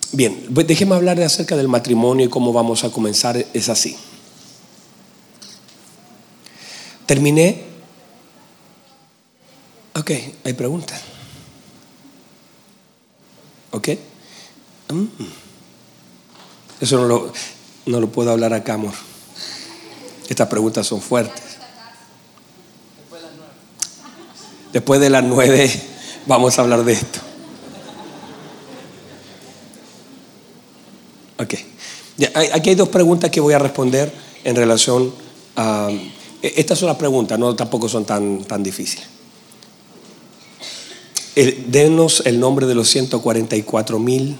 Bien, déjeme hablar acerca del matrimonio y cómo vamos a comenzar. Es así. Terminé. Ok, hay preguntas. Ok. Eso no lo puedo hablar acá, amor. Estas preguntas son fuertes. Después de las 9 vamos a hablar de esto. Ok. Aquí hay dos preguntas que voy a responder en relación a... Estas son las preguntas, no tampoco son tan difíciles. Denos el nombre de los 144,000.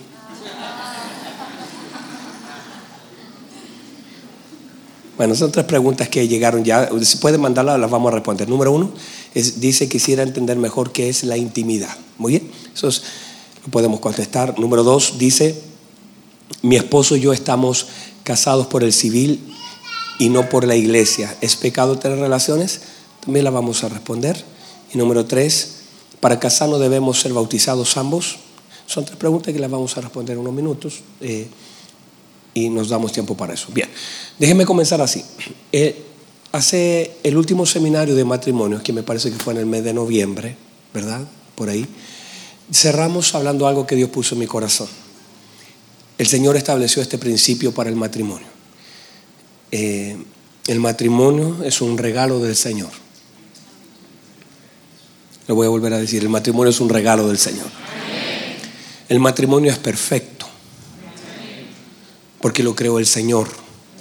Bueno, son tres preguntas que llegaron ya. Si pueden mandarlas, las vamos a responder. Número 1, dice: quisiera entender mejor qué es la intimidad. Muy bien, eso lo podemos contestar. Número 2, dice: mi esposo y yo estamos casados por el civil y no por la iglesia. ¿Es pecado tener relaciones? También la vamos a responder. Y número 3, ¿para casarnos debemos ser bautizados ambos? Son tres preguntas que las vamos a responder en unos minutos. Y nos damos tiempo para eso. Bien, déjenme comenzar así. Hace el último seminario de matrimonios, que me parece que fue en el mes de noviembre, ¿verdad? Por ahí. Cerramos hablando algo que Dios puso en mi corazón. El Señor estableció este principio para el matrimonio. El matrimonio es un regalo del Señor. Lo voy a volver a decir: el matrimonio es un regalo del Señor. El matrimonio es perfecto porque lo creó el Señor.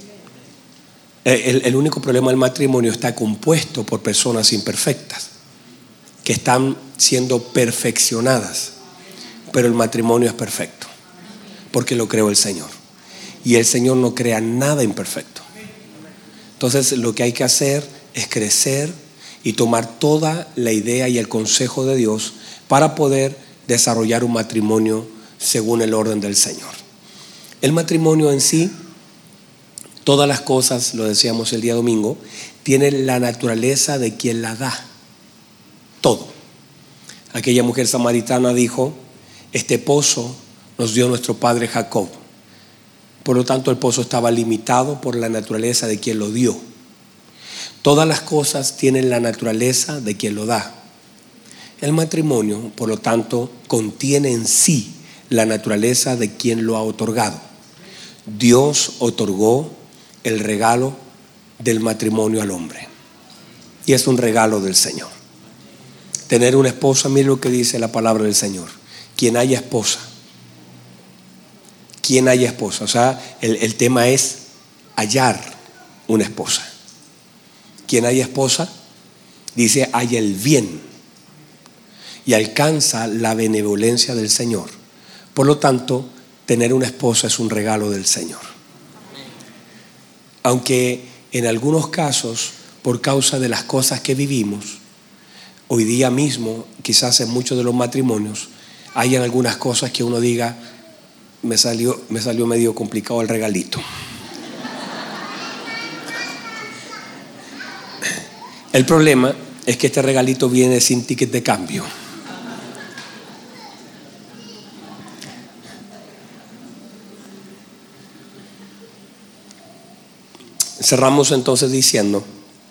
El único problema del matrimonio está compuesto por personas imperfectas que están siendo perfeccionadas, pero el matrimonio es perfecto porque lo creó el Señor, y el Señor no crea nada imperfecto. Entonces lo que hay que hacer es crecer y tomar toda la idea y el consejo de Dios para poder desarrollar un matrimonio según el orden del Señor. El matrimonio en sí, todas las cosas, lo decíamos el día domingo, tiene la naturaleza de quien la da. Todo. Aquella mujer samaritana dijo: este pozo nos dio nuestro padre Jacob. Por lo tanto, el pozo estaba limitado por la naturaleza de quien lo dio. Todas las cosas tienen la naturaleza de quien lo da. El matrimonio, por lo tanto, contiene en sí la naturaleza de quien lo ha otorgado. Dios otorgó el regalo del matrimonio al hombre, y es un regalo del Señor. Tener una esposa, mire lo que dice la palabra del Señor: quien haya esposa. Quien haya esposa. O sea, el tema es hallar una esposa. Quien haya esposa, dice, halla el bien y alcanza la benevolencia del Señor. Por lo tanto, tener una esposa es un regalo del Señor. Aunque en algunos casos, por causa de las cosas que vivimos, hoy día mismo, quizás en muchos de los matrimonios, hay algunas cosas que uno diga: me salió medio complicado el regalito. El problema es que este regalito viene sin ticket de cambio. Cerramos entonces diciendo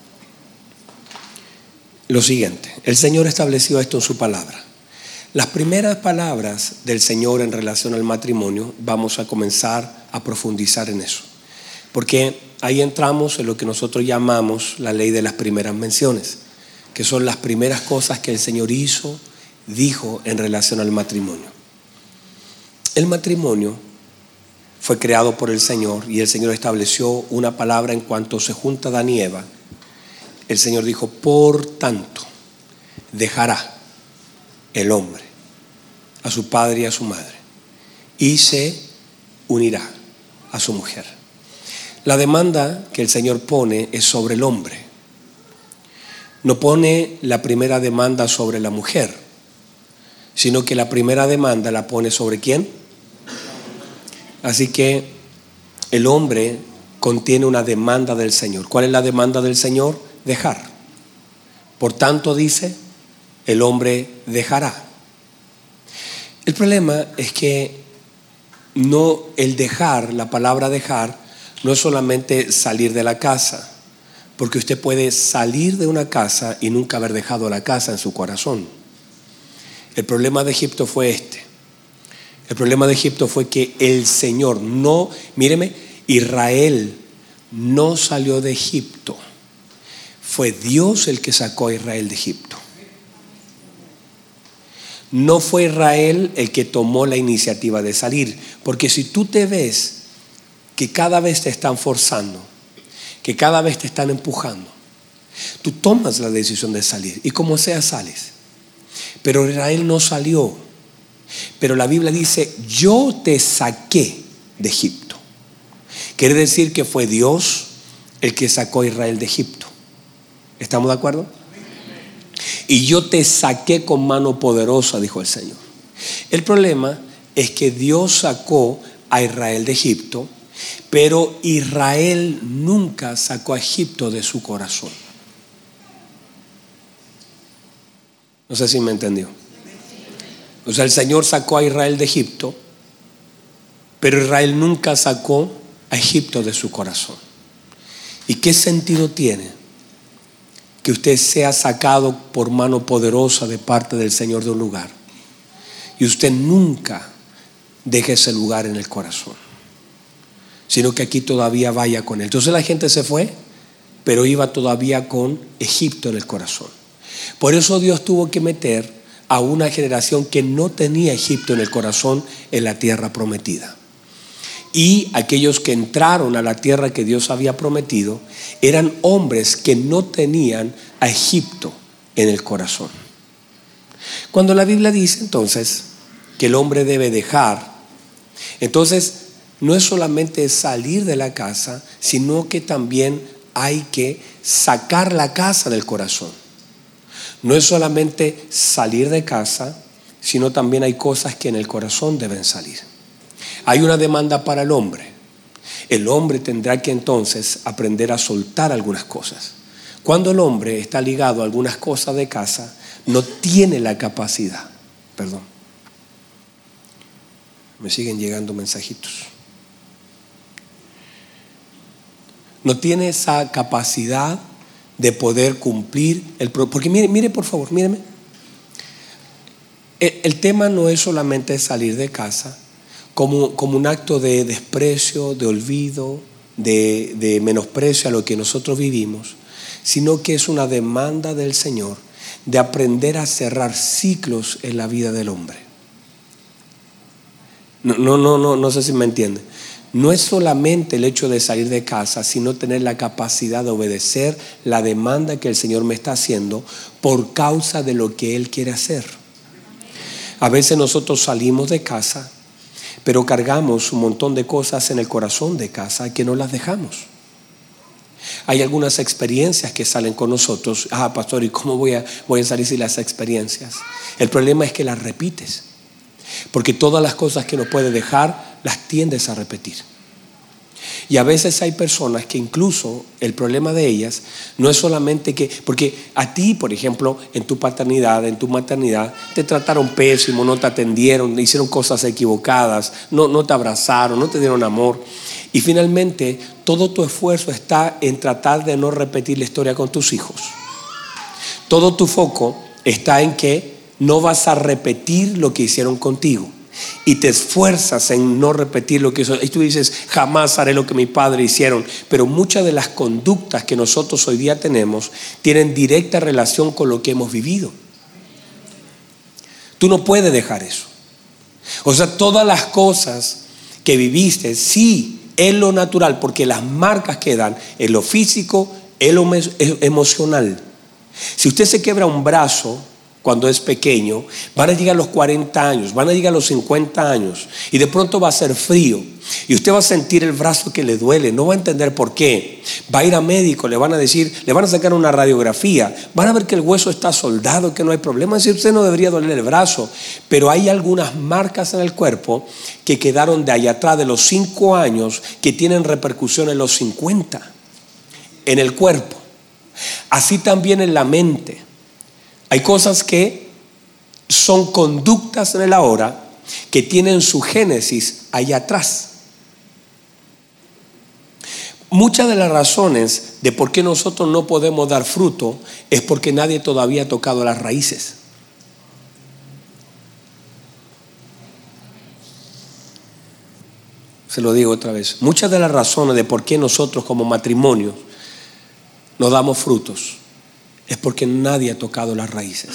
lo siguiente: el Señor estableció esto en su palabra. Las primeras palabras del Señor en relación al matrimonio, vamos a comenzar a profundizar en eso, porque ahí entramos en lo que nosotros llamamos la ley de las primeras menciones, que son las primeras cosas que el Señor dijo en relación al matrimonio. El matrimonio fue creado por el Señor, y el Señor estableció una palabra en cuanto se junta Adán y Eva. El Señor dijo: por tanto, dejará el hombre a su padre y a su madre, y se unirá a su mujer. La demanda que el Señor pone es sobre el hombre. No pone la primera demanda sobre la mujer, sino que la primera demanda la pone sobre ¿quién? Así que el hombre contiene una demanda del Señor. ¿Cuál es la demanda del Señor? Dejar. Por tanto, dice, el hombre dejará. El problema es que no, el dejar, la palabra dejar, no es solamente salir de la casa, porque usted puede salir de una casa y nunca haber dejado la casa en su corazón. El problema de Egipto fue este. El problema de Egipto fue que el Señor no, míreme, Israel no salió de Egipto. Fue Dios el que sacó a Israel de Egipto. No fue Israel el que tomó la iniciativa de salir. Porque si tú te ves que cada vez te están forzando, que cada vez te están empujando, tú tomas la decisión de salir y como sea sales. Pero Israel no salió. Pero la Biblia dice: yo te saqué de Egipto. Quiere decir que fue Dios el que sacó a Israel de Egipto. ¿Estamos de acuerdo? Y yo te saqué con mano poderosa, dijo el Señor. El problema es que Dios sacó a Israel de Egipto, pero Israel nunca sacó a Egipto de su corazón. No sé si me entendió. O sea, el Señor sacó a Israel de Egipto, pero Israel nunca sacó a Egipto de su corazón. ¿Y qué sentido tiene que usted sea sacado por mano poderosa de parte del Señor de un lugar y usted nunca deje ese lugar en el corazón, sino que aquí todavía vaya con él? Entonces la gente se fue, pero iba todavía con Egipto en el corazón. Por eso Dios tuvo que meter a una generación que no tenía Egipto en el corazón en la tierra prometida. Y aquellos que entraron a la tierra que Dios había prometido eran hombres que no tenían a Egipto en el corazón. Cuando la Biblia dice entonces que el hombre debe dejar, entonces no es solamente salir de la casa, sino que también hay que sacar la casa del corazón. No es solamente salir de casa, sino también hay cosas que en el corazón deben salir. Hay una demanda para el hombre. El hombre tendrá que entonces aprender a soltar algunas cosas. Cuando el hombre está ligado a algunas cosas de casa, no tiene la capacidad. Perdón. Me siguen llegando mensajitos. No tiene esa capacidad de poder cumplir porque mire por favor, míreme. El tema no es solamente salir de casa como un acto de desprecio, de olvido, de menosprecio a lo que nosotros vivimos, sino que es una demanda del Señor de aprender a cerrar ciclos en la vida del hombre. No sé si me entiende. No es solamente el hecho de salir de casa, sino tener la capacidad de obedecer la demanda que el Señor me está haciendo por causa de lo que Él quiere hacer. A veces nosotros salimos de casa, pero cargamos un montón de cosas en el corazón de casa que no las dejamos. Hay algunas experiencias que salen con nosotros. Pastor, ¿y cómo voy a salir sin las experiencias? El problema es que las repites, porque todas las cosas que no puedes dejar las tiendes a repetir. Y a veces hay personas que incluso el problema de ellas no es solamente porque a ti, por ejemplo, en tu paternidad, en tu maternidad, te trataron pésimo, no te atendieron, hicieron cosas equivocadas, no te abrazaron, no te dieron amor. Y finalmente todo tu esfuerzo está en tratar de no repetir la historia con tus hijos. Todo tu foco está en que no vas a repetir lo que hicieron contigo. Y te esfuerzas en no repetir lo que hizo. Y tú dices, jamás haré lo que mi padre hicieron. Pero muchas de las conductas que nosotros hoy día tenemos tienen directa relación con lo que hemos vivido. Tú no puedes dejar eso. O sea, todas las cosas que viviste, sí, en lo natural, porque las marcas quedan en lo físico, en lo emocional. Si usted se quiebra un brazo cuando es pequeño, van a llegar los 40 años, van a llegar los 50 años y de pronto va a ser frío y usted va a sentir el brazo que le duele, no va a entender por qué. Va a ir a médico, le van a decir, le van a sacar una radiografía, van a ver que el hueso está soldado, que no hay problema. Es decir, usted no debería doler el brazo, pero hay algunas marcas en el cuerpo que quedaron de allá atrás de los 5 años que tienen repercusión en los 50 en el cuerpo. Así también en la mente. Hay cosas que son conductas en el ahora que tienen su génesis allá atrás. Muchas de las razones de por qué nosotros no podemos dar fruto es porque nadie todavía ha tocado las raíces. Se lo digo otra vez. Muchas de las razones de por qué nosotros como matrimonio no damos frutos es porque nadie ha tocado las raíces.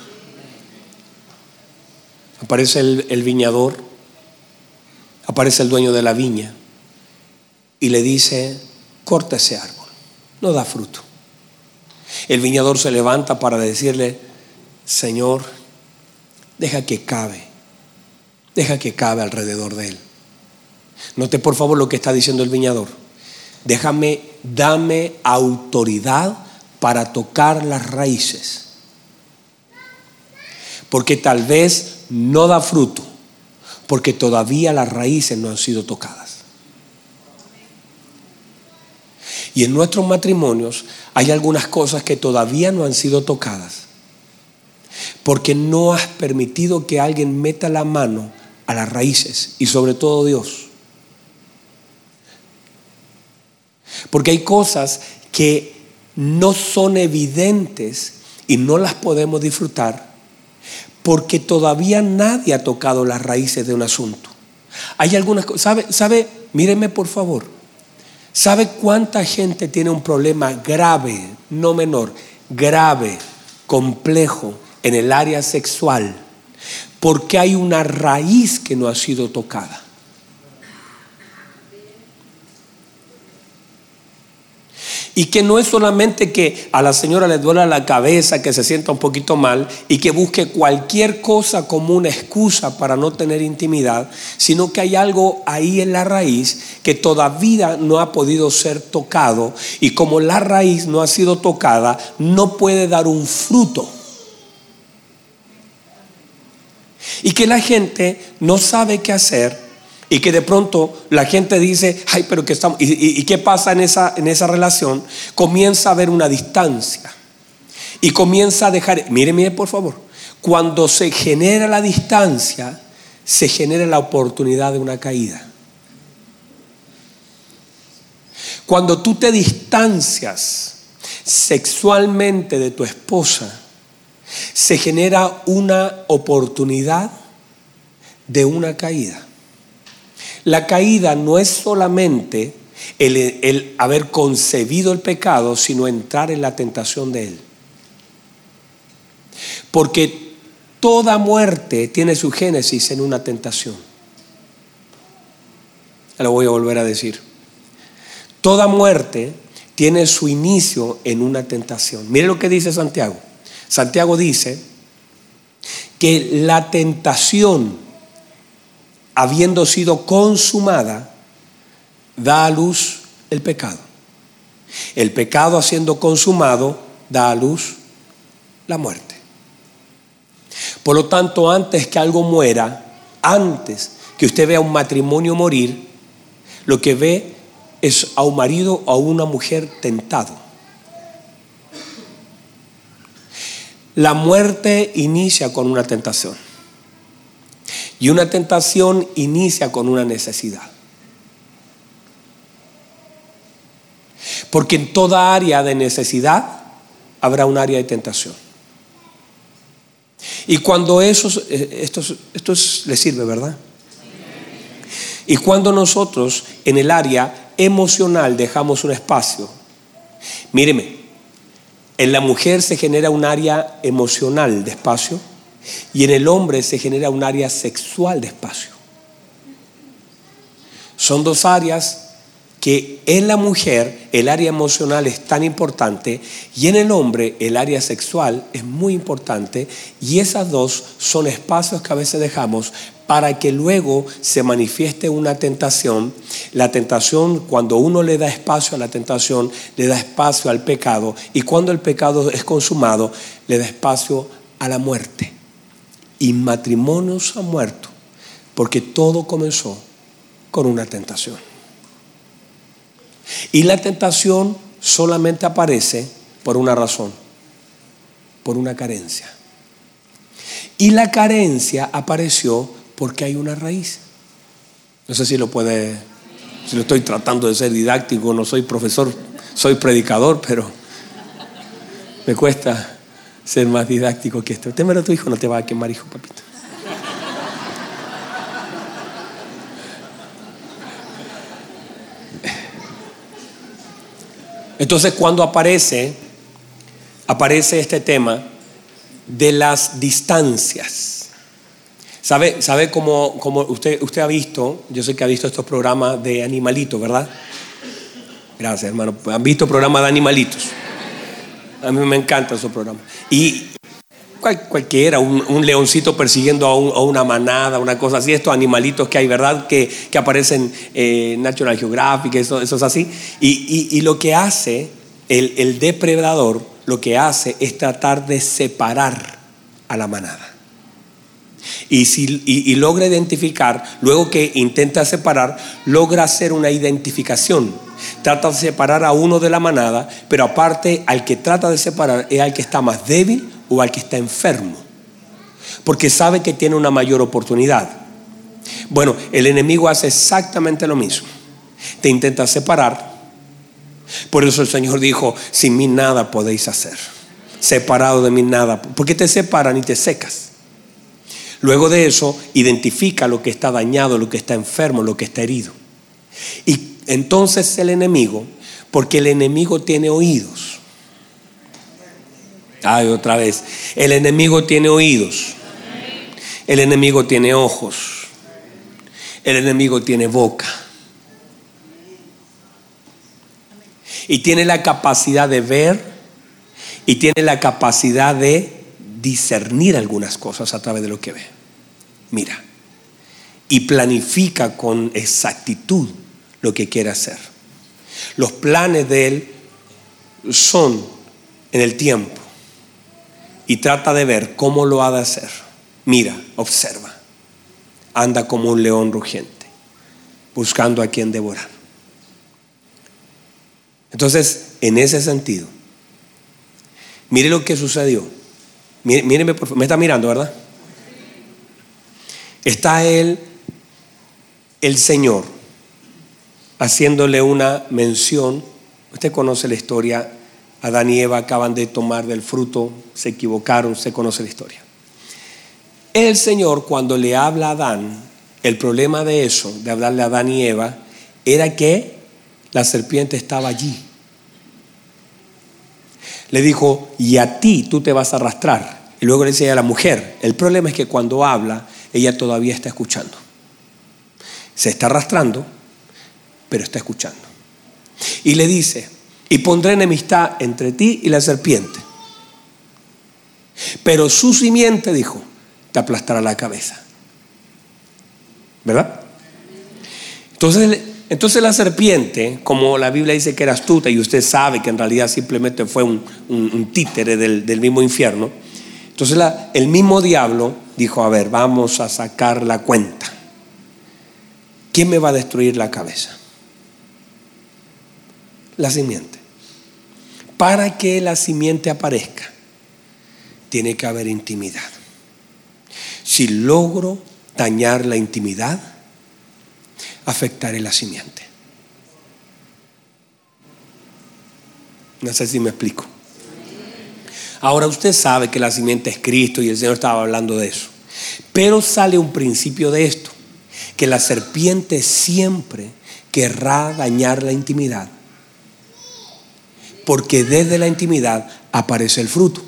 Aparece el viñador, aparece el dueño de la viña y le dice: corta ese árbol, no da fruto. El viñador se levanta para decirle: Señor, deja que cabe alrededor de él. Note por favor lo que está diciendo el viñador: dame autoridad para tocar las raíces, porque tal vez no da fruto porque todavía las raíces no han sido tocadas. Y en nuestros matrimonios hay algunas cosas que todavía no han sido tocadas porque no has permitido que alguien meta la mano a las raíces, y sobre todo Dios. Porque hay cosas que no son evidentes y no las podemos disfrutar porque todavía nadie ha tocado las raíces de un asunto. Hay algunas cosas, ¿sabe? Míreme por favor. ¿Sabe cuánta gente tiene un problema grave, no menor, grave, complejo en el área sexual? Porque hay una raíz que no ha sido tocada. Y que no es solamente que a la señora le duela la cabeza, que se sienta un poquito mal y que busque cualquier cosa como una excusa para no tener intimidad, sino que hay algo ahí en la raíz que todavía no ha podido ser tocado, y como la raíz no ha sido tocada, no puede dar un fruto. Y que la gente no sabe qué hacer. Y que de pronto la gente dice: ay, pero que estamos. ¿Y qué pasa en esa relación? Comienza a haber una distancia. Y comienza a dejar. Mire por favor. Cuando se genera la distancia, se genera la oportunidad de una caída. Cuando tú te distancias sexualmente de tu esposa, se genera una oportunidad de una caída. La caída no es solamente el haber concebido el pecado, sino entrar en la tentación de él. Porque toda muerte tiene su génesis en una tentación. Lo voy a volver a decir. Toda muerte tiene su inicio en una tentación. Mire lo que dice Santiago. Santiago dice que la tentación, habiendo sido consumada, da a luz el pecado. El pecado, siendo consumado, da a luz la muerte. Por lo tanto, antes que algo muera, antes que usted vea un matrimonio morir, lo que ve es a un marido o a una mujer tentado. La muerte inicia con una tentación. Y una tentación inicia con una necesidad. Porque en toda área de necesidad habrá un área de tentación. Y cuando esto le sirve, ¿verdad? Y cuando nosotros en el área emocional dejamos un espacio, míreme, en la mujer se genera un área emocional de espacio, y en el hombre se genera un área sexual de espacio. Son dos áreas que en la mujer el área emocional es tan importante, y en el hombre el área sexual es muy importante, y esas dos son espacios que a veces dejamos para que luego se manifieste una tentación. La tentación, cuando uno le da espacio a la tentación, le da espacio al pecado, y cuando el pecado es consumado, le da espacio a la muerte. Y matrimonios han muerto porque todo comenzó con una tentación. Y la tentación solamente aparece por una razón: por una carencia. Y la carencia apareció Porque hay una raíz. No sé si lo estoy tratando de ser didáctico, no soy profesor, soy predicador, pero me cuesta ser más didáctico que esto. Témelo a tu hijo, no te va a quemar, hijo, papito. Entonces, cuando aparece este tema de las distancias. ¿Sabe cómo usted ha visto? Yo sé que ha visto estos programas de animalitos, ¿verdad? Gracias, hermano. ¿Han visto programas de animalitos? A mí me encantan esos programas. Y cualquiera, un leoncito persiguiendo a una manada, una cosa así, estos animalitos que hay, ¿verdad? Que aparecen en National Geographic, eso es así. Y lo que hace el depredador, lo que hace es tratar de separar a la manada. Y logra identificar, luego que intenta separar, logra hacer una identificación. Trata de separar a uno de la manada, pero aparte al que trata de separar es al que está más débil o al que está enfermo, porque sabe que tiene una mayor oportunidad. Bueno, el enemigo hace exactamente lo mismo. Te intenta separar. Por eso el Señor dijo: sin mí nada podéis hacer, separado de mí nada, porque te separan y te secas. Luego de eso, identifica lo que está dañado, lo que está enfermo, lo que está herido. Y entonces el enemigo, porque el enemigo tiene oídos. Ay, otra vez. El enemigo tiene oídos. El enemigo tiene ojos. El enemigo tiene boca. Y tiene la capacidad de ver y tiene la capacidad de discernir algunas cosas a través de lo que ve. Mira, y planifica con exactitud lo que quiere hacer. Los planes de él son en el tiempo y trata de ver cómo lo ha de hacer. Mira, observa, anda como un león rugiente buscando a quien devorar. Entonces, en ese sentido, mire lo que sucedió. Míreme, por favor. Me está mirando, ¿verdad? Está el Señor haciéndole una mención. Usted conoce la historia. Adán y Eva acaban de tomar del fruto, se equivocaron, usted conoce la historia. El Señor, cuando le habla a Adán, el problema de eso, de hablarle a Adán y Eva, era que la serpiente estaba allí. Le dijo: y a ti tú te vas a arrastrar. Y luego le decía a la mujer: el problema es que cuando habla, ella todavía está escuchando. Se está arrastrando, pero está escuchando. Y le dice: y pondré enemistad entre ti y la serpiente, pero su simiente, dijo, te aplastará la cabeza. ¿Verdad? Entonces la serpiente, como la Biblia dice que era astuta, y usted sabe que en realidad simplemente fue un títere del mismo infierno. Entonces el mismo diablo dijo: a ver, vamos a sacar la cuenta. ¿Quién me va a destruir la cabeza? La simiente. Para que la simiente aparezca, tiene que haber intimidad. Si logro dañar la intimidad, afectaré la simiente. No sé si me explico. Ahora usted sabe que la simiente es Cristo y el Señor estaba hablando de eso. Pero sale un principio de esto, que la serpiente siempre querrá dañar la intimidad, porque desde la intimidad aparece el fruto.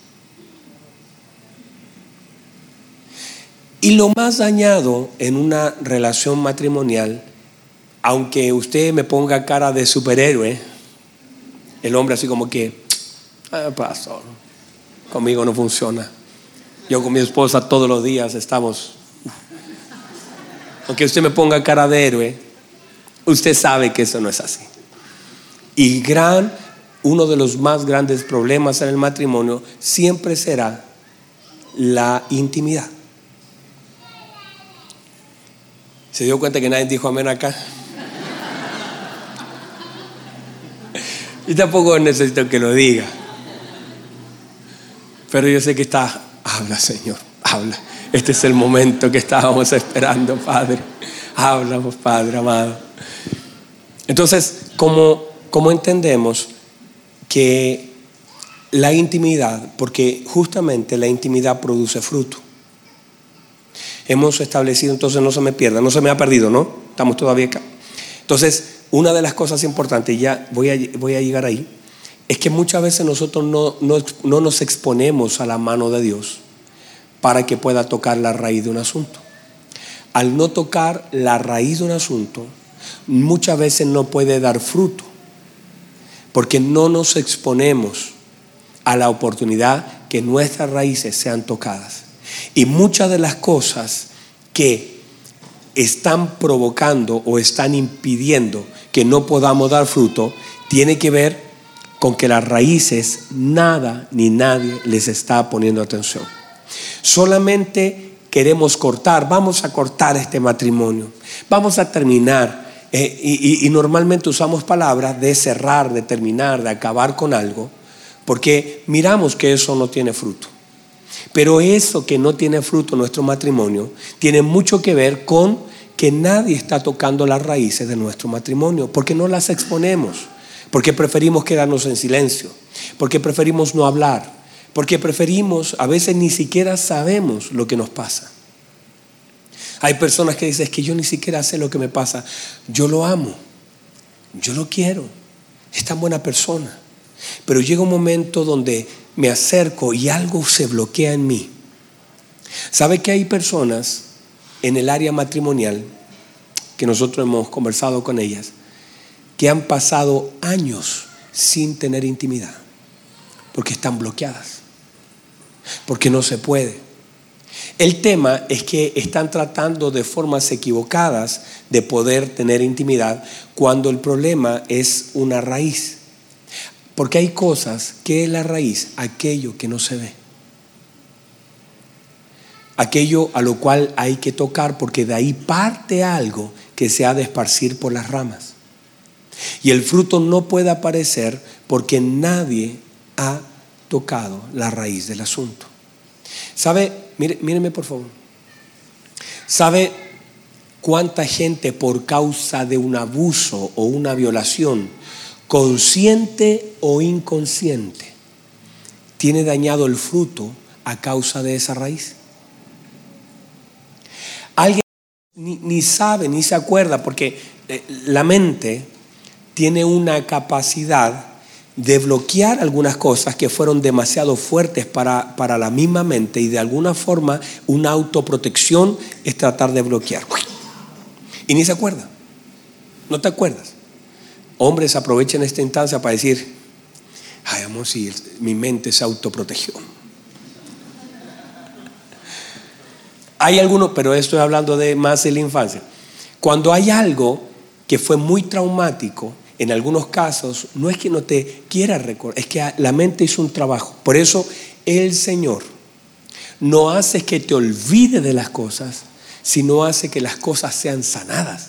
Y lo más dañado en una relación matrimonial, aunque usted me ponga cara de superhéroe, el hombre así como que: pastor, conmigo no funciona. Yo con mi esposa todos los días estamos. Aunque usted me ponga cara de héroe, usted sabe que eso no es así. Y uno de los más grandes problemas en el matrimonio siempre será la intimidad. ¿Se dio cuenta que nadie dijo amén acá? Y tampoco necesito que lo diga. Pero yo sé que habla, Señor, habla. Este es el momento que estábamos esperando, Padre. Háblanos, Padre amado. Entonces, ¿cómo entendemos que la intimidad? Porque justamente la intimidad produce fruto. Hemos establecido, entonces no se me pierda, no se me ha perdido, ¿no? Estamos todavía acá. Entonces, una de las cosas importantes, ya voy a llegar ahí, es que muchas veces nosotros no nos exponemos a la mano de Dios para que pueda tocar la raíz de un asunto. Al no tocar la raíz de un asunto, muchas veces no puede dar fruto, porque no nos exponemos a la oportunidad que nuestras raíces sean tocadas. Y muchas de las cosas que están provocando o están impidiendo que no podamos dar fruto, tiene que ver con que las raíces nada ni nadie les está poniendo atención. Solamente queremos cortar, vamos a cortar este matrimonio, vamos a terminar, y normalmente usamos palabras de cerrar, de terminar, de acabar con algo, porque miramos que eso no tiene fruto. Pero eso que no tiene fruto en nuestro matrimonio tiene mucho que ver con que nadie está tocando las raíces de nuestro matrimonio, porque no las exponemos, porque preferimos quedarnos en silencio, porque preferimos no hablar, porque preferimos, a veces ni siquiera sabemos lo que nos pasa. Hay personas que dicen, es que yo ni siquiera sé lo que me pasa. Yo lo amo, yo lo quiero, es tan buena persona. Pero llega un momento donde me acerco y algo se bloquea en mí. ¿Sabe que hay personas en el área matrimonial, que nosotros hemos conversado con ellas, que han pasado años sin tener intimidad? Porque están bloqueadas, porque no se puede. El tema es que están tratando de formas equivocadas de poder tener intimidad, cuando el problema es una raíz. Porque hay cosas que es la raíz, aquello que no se ve, aquello a lo cual hay que tocar, porque de ahí parte algo que se ha de esparcir por las ramas. Y el fruto no puede aparecer porque nadie ha tocado la raíz del asunto. ¿Sabe? Míreme por favor. ¿Sabe cuánta gente por causa de un abuso o una violación, consciente o inconsciente, tiene dañado el fruto a causa de esa raíz? Alguien ni sabe, ni se acuerda, porque la mente tiene una capacidad de bloquear algunas cosas que fueron demasiado fuertes para la misma mente, y de alguna forma una autoprotección es tratar de bloquear. Y ni se acuerda. ¿No te acuerdas? Hombres aprovechen esta instancia para decir, ay amor, sí, mi mente se autoprotegió. Hay algunos, pero estoy hablando de más de la infancia. Cuando hay algo que fue muy traumático, en algunos casos, no es que no te quiera recordar, es que la mente hizo un trabajo. Por eso el Señor no hace que te olvides de las cosas, sino hace que las cosas sean sanadas.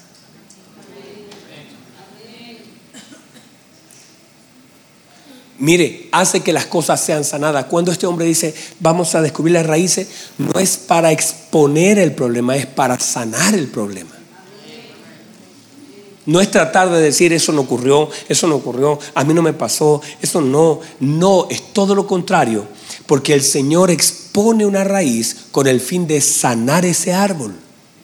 Mire, hace que las cosas sean sanadas. Cuando este hombre dice, vamos a descubrir las raíces, no es para exponer el problema, es para sanar el problema. No es tratar de decir, eso no ocurrió, a mí no me pasó, eso no, es todo lo contrario, porque el Señor expone una raíz con el fin de sanar ese árbol.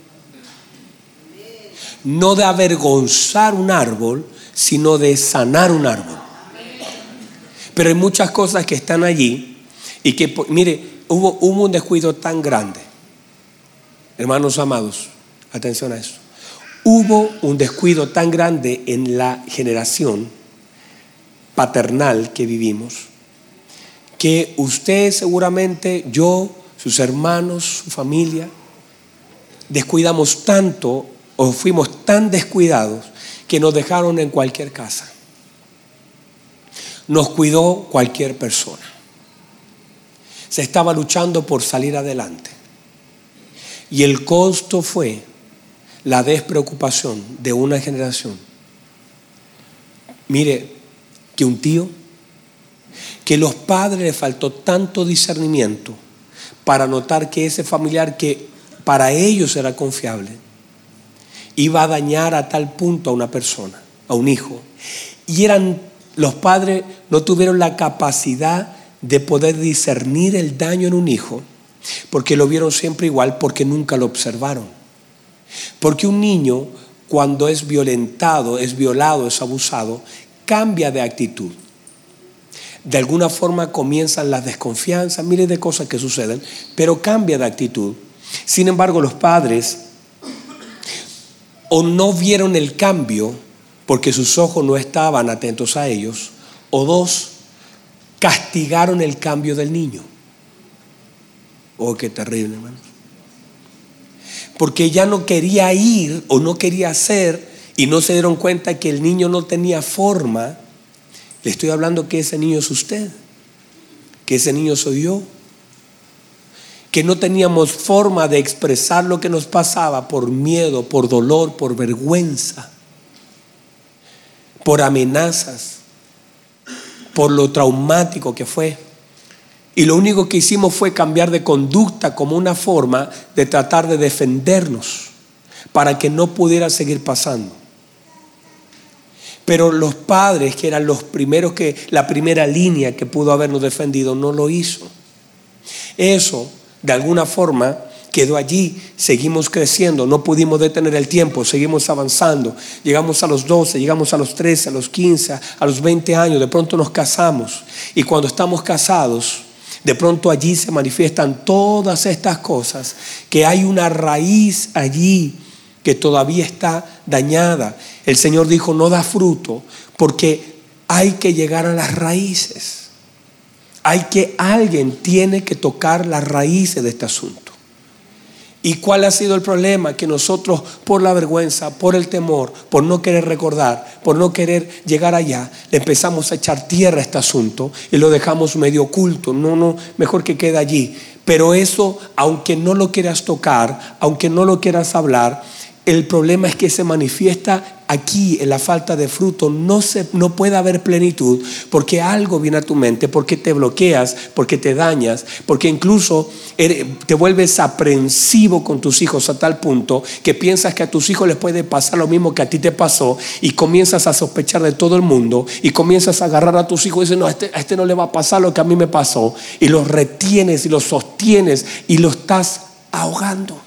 No de avergonzar un árbol, sino de sanar un árbol. Pero hay muchas cosas que están allí y que, mire, hubo un descuido tan grande. Hermanos amados, atención a eso. Hubo un descuido tan grande en la generación paternal que vivimos, que usted seguramente, yo, sus hermanos, su familia, descuidamos tanto o fuimos tan descuidados que nos dejaron en cualquier casa. Nos cuidó cualquier persona. Se estaba luchando por salir adelante. Y el costo fue la despreocupación de una generación. Mire, que un tío, que los padres les faltó tanto discernimiento para notar que ese familiar que para ellos era confiable iba a dañar a tal punto a una persona, a un hijo. Y los padres no tuvieron la capacidad de poder discernir el daño en un hijo, porque lo vieron siempre igual, porque nunca lo observaron. Porque un niño, cuando es violentado, es violado, es abusado, cambia de actitud. De alguna forma comienzan las desconfianzas, miles de cosas que suceden, pero cambia de actitud. Sin embargo, los padres o no vieron el cambio porque sus ojos no estaban atentos a ellos, o dos, castigaron el cambio del niño. Oh, qué terrible, hermano. Porque ya no quería ir o no quería hacer, y no se dieron cuenta que el niño no tenía forma. Le estoy hablando que ese niño es usted, que ese niño soy yo, que no teníamos forma de expresar lo que nos pasaba por miedo, por dolor, por vergüenza, por amenazas, por lo traumático que fue. Y lo único que hicimos fue cambiar de conducta como una forma de tratar de defendernos para que no pudiera seguir pasando. Pero los padres, que eran los primeros, la primera línea que pudo habernos defendido, no lo hizo. Eso, de alguna forma, quedó allí. Seguimos creciendo, no pudimos detener el tiempo, seguimos avanzando. Llegamos a los 12, llegamos a los 13, a los 15, a los 20 años. De pronto nos casamos. Y cuando estamos casados, de pronto allí se manifiestan todas estas cosas, que hay una raíz allí que todavía está dañada. El Señor dijo: no da fruto, porque hay que llegar a las raíces. Alguien tiene que tocar las raíces de este asunto. ¿Y cuál ha sido el problema? Que nosotros, por la vergüenza, por el temor, por no querer recordar, por no querer llegar allá, le empezamos a echar tierra a este asunto y lo dejamos medio oculto. No, mejor que quede allí. Pero eso, aunque no lo quieras tocar, aunque no lo quieras hablar, el problema es que se manifiesta aquí en la falta de fruto. No puede haber plenitud, porque algo viene a tu mente, porque te bloqueas, porque te dañas, porque incluso te vuelves aprensivo con tus hijos a tal punto que piensas que a tus hijos les puede pasar lo mismo que a ti te pasó, y comienzas a sospechar de todo el mundo y comienzas a agarrar a tus hijos y dices: no, a este no le va a pasar lo que a mí me pasó, y los retienes y los sostienes y lo estás ahogando.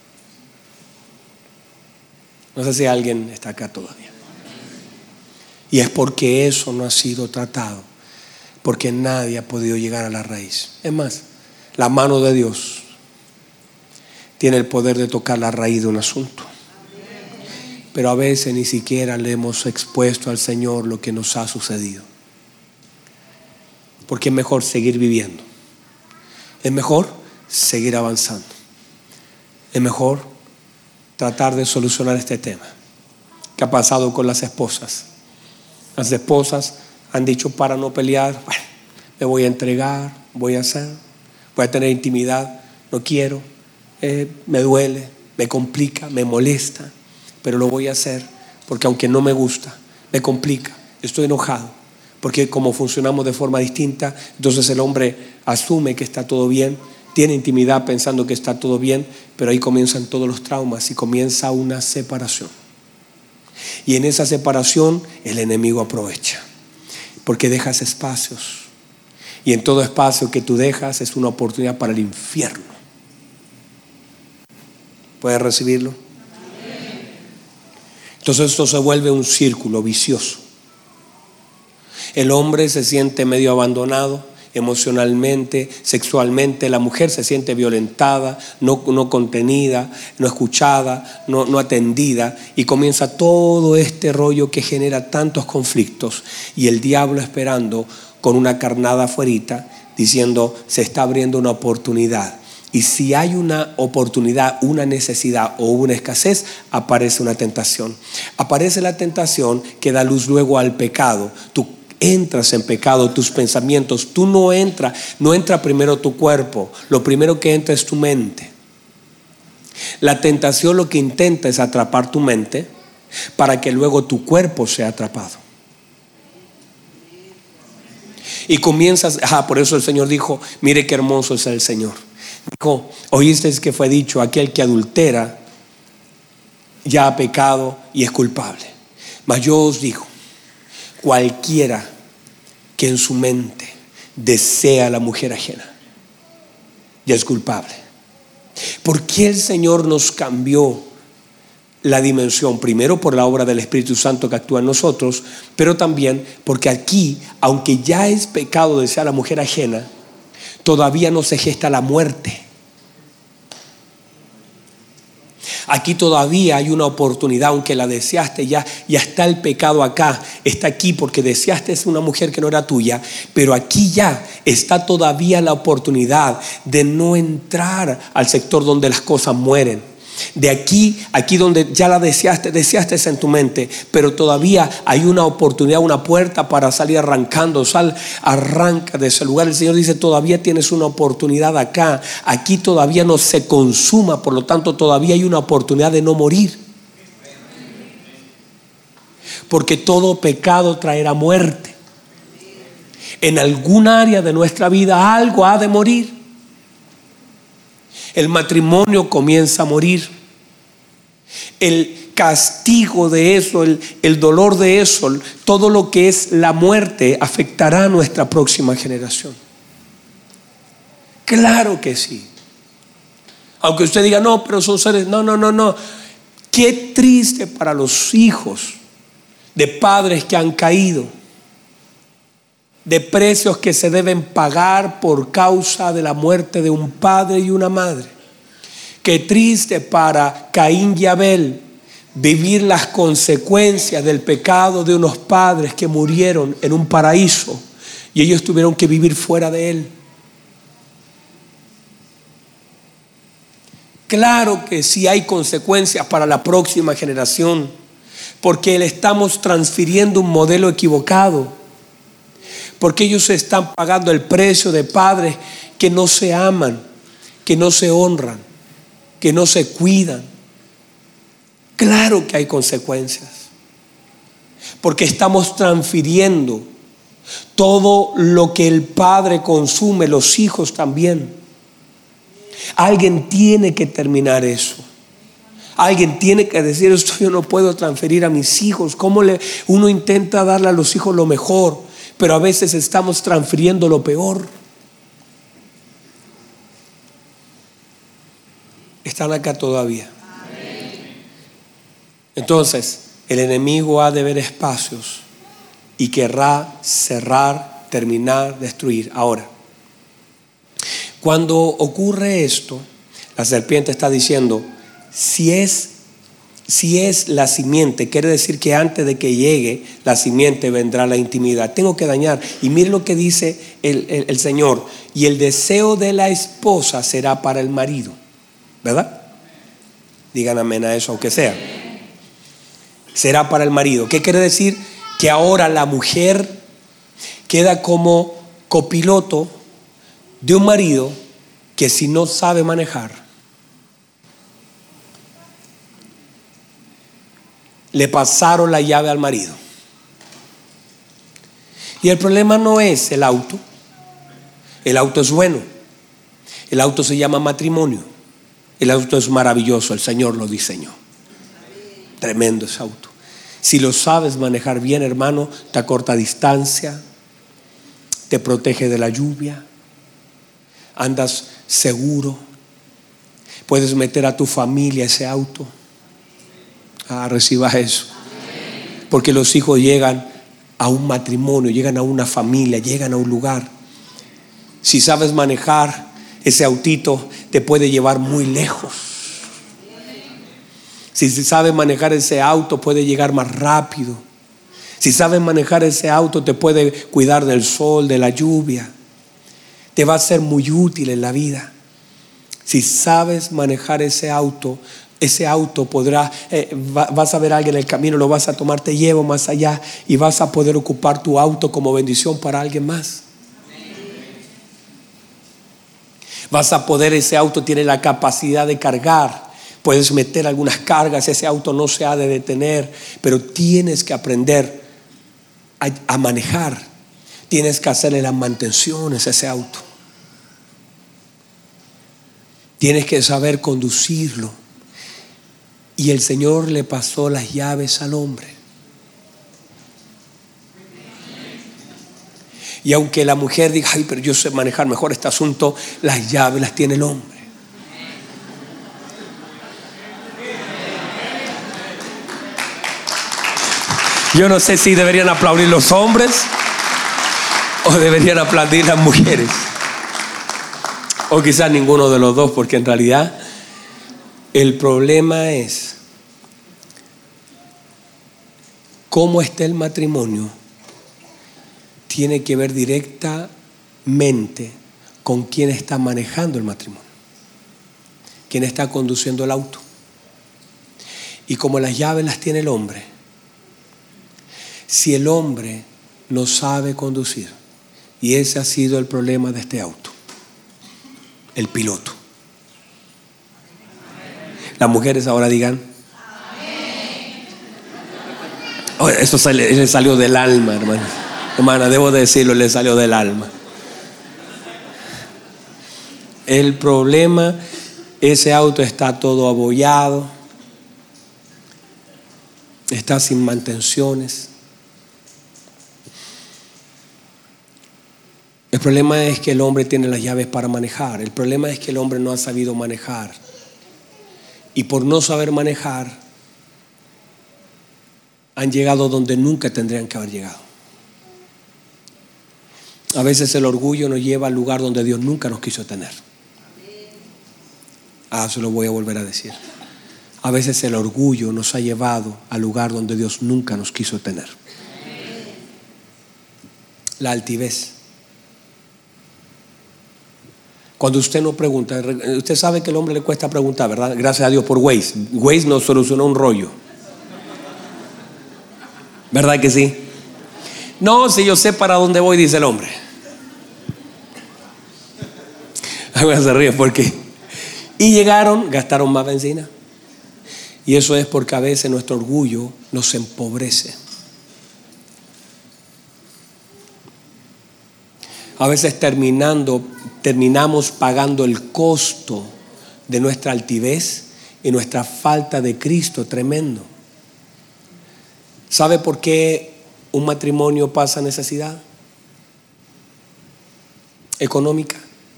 No sé si alguien está acá todavía. Y es porque eso no ha sido tratado, porque nadie ha podido llegar a la raíz. Es más, la mano de Dios tiene el poder de tocar la raíz de un asunto. Pero a veces ni siquiera le hemos expuesto al Señor lo que nos ha sucedido. Porque es mejor seguir viviendo. Es mejor seguir avanzando. Es mejor tratar de solucionar este tema. ¿Qué ha pasado con las esposas? Las esposas han dicho: para no pelear, bueno, me voy a entregar, voy a tener intimidad, no quiero, me duele, me complica, me molesta, pero lo voy a hacer porque aunque no me gusta, me complica, estoy enojado, porque como funcionamos de forma distinta, entonces el hombre asume que está todo bien, tiene intimidad pensando que está todo bien, pero ahí comienzan todos los traumas y comienza una separación. Y en esa separación el enemigo aprovecha, porque dejas espacios, y en todo espacio que tú dejas es una oportunidad para el infierno. ¿Puedes recibirlo? Entonces esto se vuelve un círculo vicioso. El hombre se siente medio abandonado emocionalmente, sexualmente. La mujer se siente violentada, no contenida, no escuchada, no atendida, y comienza todo este rollo que genera tantos conflictos, y el diablo esperando con una carnada afuerita diciendo: se está abriendo una oportunidad. Y si hay una oportunidad, una necesidad o una escasez, aparece una tentación. Aparece la tentación que da luz luego al pecado. Tú entras en pecado, tus pensamientos. Tú no entra primero tu cuerpo. Lo primero que entra es tu mente. La tentación lo que intenta es atrapar tu mente para que luego tu cuerpo sea atrapado. Y comienzas, por eso el Señor dijo: mire qué hermoso es el Señor. Dijo, oísteis que fue dicho, aquel que adultera ya ha pecado y es culpable. Mas yo os digo, cualquiera que en su mente desea a la mujer ajena, ya es culpable. ¿Por qué el Señor nos cambió la dimensión? Primero por la obra del Espíritu Santo que actúa en nosotros, pero también porque aquí, aunque ya es pecado desear a la mujer ajena, todavía no se gesta la muerte. Aquí todavía hay una oportunidad, aunque la deseaste, ya está el pecado acá, está aquí porque deseaste una mujer que no era tuya, pero aquí ya está todavía la oportunidad de no entrar al sector donde las cosas mueren. De aquí donde ya la deseaste en tu mente, pero todavía hay una oportunidad, una puerta para salir arrancando. Arranca de ese lugar. El Señor dice, todavía tienes una oportunidad acá. Aquí todavía no se consuma, por lo tanto todavía hay una oportunidad de no morir. Porque todo pecado traerá muerte. En algún área de nuestra vida algo ha de morir. El matrimonio comienza a morir. El castigo de eso, el dolor de eso, todo lo que es la muerte afectará a nuestra próxima generación. Claro que sí. Aunque usted diga, no, pero son seres. No. Qué triste para los hijos de padres que han caído, de precios que se deben pagar por causa de la muerte de un padre y una madre. Qué triste para Caín y Abel vivir las consecuencias del pecado de unos padres que murieron en un paraíso y ellos tuvieron que vivir fuera de él. Claro que sí hay consecuencias para la próxima generación, porque le estamos transfiriendo un modelo equivocado. Porque ellos están pagando el precio de padres que no se aman, que no se honran, que no se cuidan. Claro que hay consecuencias. Porque estamos transfiriendo todo lo que el padre consume, los hijos también. Alguien tiene que terminar eso. Alguien tiene que decir, esto yo no puedo transferir a mis hijos. ¿Cómo uno intenta darle a los hijos lo mejor? Pero a veces estamos transfiriendo lo peor. Están acá todavía. Entonces, el enemigo ha de ver espacios y querrá cerrar, terminar, destruir. Ahora, cuando ocurre esto, la serpiente está diciendo, si es la simiente, quiere decir que antes de que llegue la simiente vendrá la intimidad. Tengo que dañar. Y mire lo que dice el Señor. Y el deseo de la esposa será para el marido. ¿Verdad? Digan amén a eso, aunque sea. Será para el marido. ¿Qué quiere decir? Que ahora la mujer queda como copiloto de un marido que si no sabe manejar, le pasaron la llave al marido. Y el problema no es el auto. El auto es bueno. El auto se llama matrimonio. El auto es maravilloso. El Señor lo diseñó. Tremendo ese auto. Si lo sabes manejar bien, hermano, te acorta distancia, te protege de la lluvia, andas seguro, puedes meter a tu familia a ese auto. Reciba eso. Porque los hijos llegan a un matrimonio, llegan a una familia, llegan a un lugar. Si sabes manejar, ese autito te puede llevar muy lejos. Si sabes manejar ese auto, puede llegar más rápido. Si sabes manejar ese auto, te puede cuidar del sol, de la lluvia. Te va a ser muy útil en la vida. Si sabes manejar ese auto podrá, vas a ver a alguien en el camino, lo vas a tomar, te llevo más allá y vas a poder ocupar tu auto como bendición para alguien más. Vas a poder, ese auto tiene la capacidad de cargar, puedes meter algunas cargas, ese auto no se ha de detener, pero tienes que aprender a manejar, tienes que hacerle las mantenciones a ese auto. Tienes que saber conducirlo. Y el Señor le pasó las llaves al hombre. Y aunque la mujer diga, ay, pero yo sé manejar mejor este asunto, las llaves las tiene el hombre. Yo no sé si deberían aplaudir los hombres o deberían aplaudir las mujeres. O quizás ninguno de los dos, porque en realidad el problema es cómo está el matrimonio. Tiene que ver directamente con quién está manejando el matrimonio, quién está conduciendo el auto. Y como las llaves las tiene el hombre, si el hombre no sabe conducir, y ese ha sido el problema de este auto, el piloto. Las mujeres ahora digan, oh, eso le salió del alma, hermano. Hermana, debo decirlo, le salió del alma. El problema, ese auto está todo abollado, está sin mantenciones. El problema es que el hombre tiene las llaves para manejar. El problema es que el hombre no ha sabido manejar. Y por no saber manejar, han llegado donde nunca tendrían que haber llegado. A veces el orgullo nos lleva al lugar donde Dios nunca nos quiso tener. Se lo voy a volver a decir. A veces el orgullo nos ha llevado al lugar donde Dios nunca nos quiso tener. La altivez. Cuando usted no pregunta, usted sabe que al hombre le cuesta preguntar, ¿verdad? Gracias a Dios por Waze. Waze nos solucionó un rollo. ¿Verdad que sí? No, si yo sé para dónde voy, dice el hombre. Ahora se ríe porque. Y llegaron, gastaron más benzina. Y eso es porque a veces nuestro orgullo nos empobrece. A veces terminamos pagando el costo de nuestra altivez y nuestra falta de Cristo tremendo. ¿Sabe por qué un matrimonio pasa necesidad económica?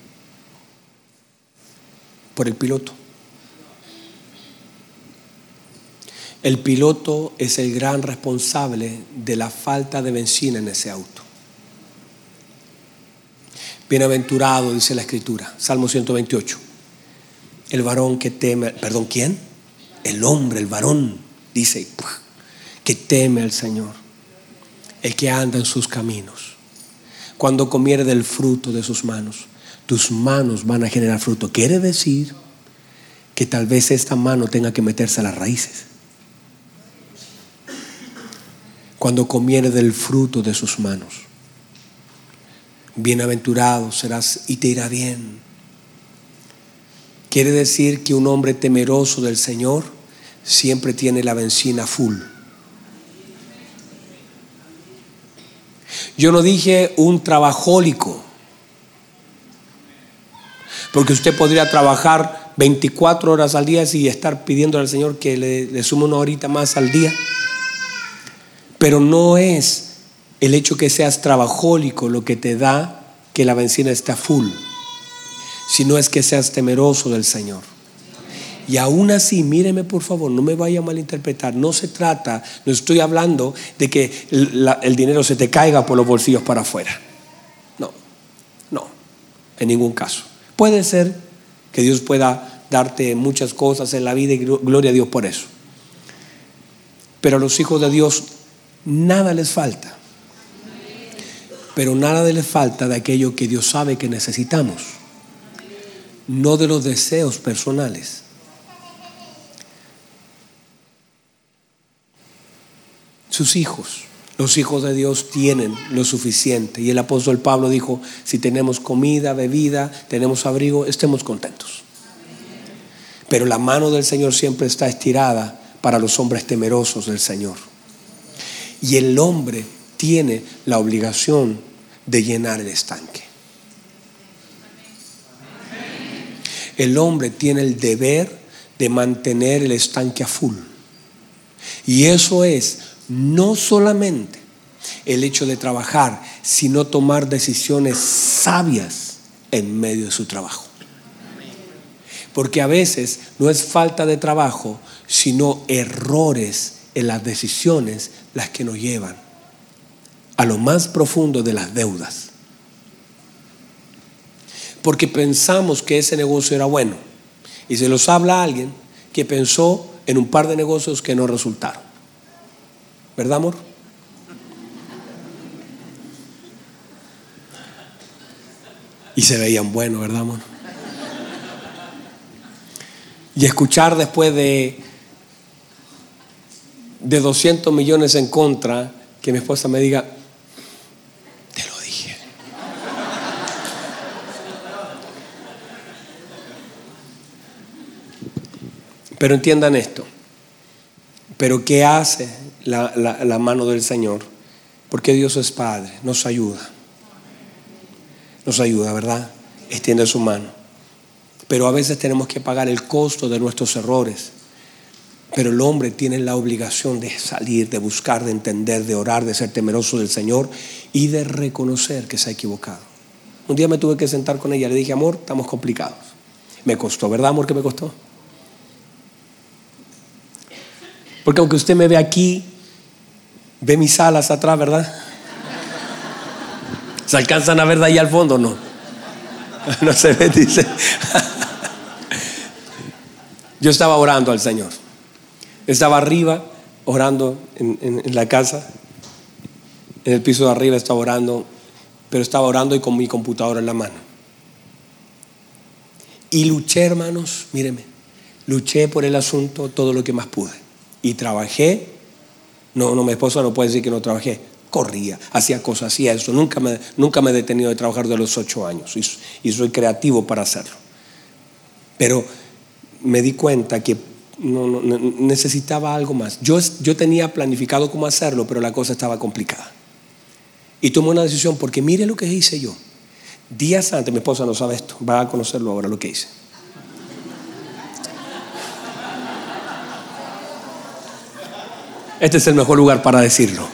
Por el piloto. El piloto es el gran responsable de la falta de benzina en ese auto. Bienaventurado, dice la Escritura, Salmo 128. El varón que teme, ¿quién? El hombre, el varón, dice, que teme al Señor, el que anda en sus caminos. Cuando comiere del fruto de sus manos, tus manos van a generar fruto. Quiere decir que tal vez esta mano tenga que meterse a las raíces. Cuando comiere del fruto de sus manos, bienaventurado serás y te irá bien. Quiere decir que un hombre temeroso del Señor siempre tiene la benzina full. Yo no dije un trabajólico, porque usted podría trabajar 24 horas al día y estar pidiéndole al Señor que le sume una horita más al día. Pero no es el hecho que seas trabajólico lo que te da que la benzina está full, sino es que seas temeroso del Señor. Y aún así, míreme por favor, no me vaya a malinterpretar. No se trata, no estoy hablando de que el dinero se te caiga por los bolsillos para afuera. No, en ningún caso. Puede ser que Dios pueda darte muchas cosas en la vida y gloria a Dios por eso. Pero a los hijos de Dios nada les falta. Pero nada les falta de aquello que Dios sabe que necesitamos. No de los deseos personales. Sus hijos, los hijos de Dios tienen lo suficiente. Y el apóstol Pablo dijo, si tenemos comida, bebida, tenemos abrigo, estemos contentos. Pero la mano del Señor siempre está estirada para los hombres temerosos del Señor. Y el hombre tiene la obligación de llenar el estanque. El hombre tiene el deber de mantener el estanque a full. Y eso es no solamente el hecho de trabajar, sino tomar decisiones sabias en medio de su trabajo. Porque a veces no es falta de trabajo, sino errores en las decisiones las que nos llevan a lo más profundo de las deudas. Porque pensamos que ese negocio era bueno. Y se los habla a alguien que pensó en un par de negocios que no resultaron. ¿Verdad, amor? Y se veían buenos, ¿verdad, amor? Y escuchar después de 200 millones en contra, que mi esposa me diga, te lo dije. Pero entiendan esto. Pero ¿qué hace la mano del Señor? Porque Dios es Padre, nos ayuda. Nos ayuda, ¿verdad? Extiende su mano. Pero a veces tenemos que pagar el costo de nuestros errores. Pero el hombre tiene la obligación de salir, de buscar, de entender, de orar, de ser temeroso del Señor y de reconocer que se ha equivocado. Un día me tuve que sentar con ella, le dije, amor, estamos complicados. Me costó, ¿verdad, amor, que me costó? Porque aunque usted me ve aquí, ve mis alas atrás, ¿verdad? ¿Se alcanzan a ver de ahí al fondo? No. No se ve, dice. Yo estaba orando al Señor. Estaba arriba orando en la casa. En el piso de arriba estaba orando. Pero estaba orando y con mi computadora en la mano. Y luché, hermanos, mírenme. Luché por el asunto todo lo que más pude. Y trabajé. No, mi esposa no puede decir que no trabajé. Corría, hacía cosas, hacía eso. Nunca me he detenido de trabajar de los 8 años. Y soy creativo para hacerlo. Pero me di cuenta que no necesitaba algo más. Yo tenía planificado cómo hacerlo, pero la cosa estaba complicada. Y tomé una decisión, porque mire lo que hice yo. Días antes, mi esposa no sabe esto, va a conocerlo ahora lo que hice. Este es el mejor lugar para decirlo.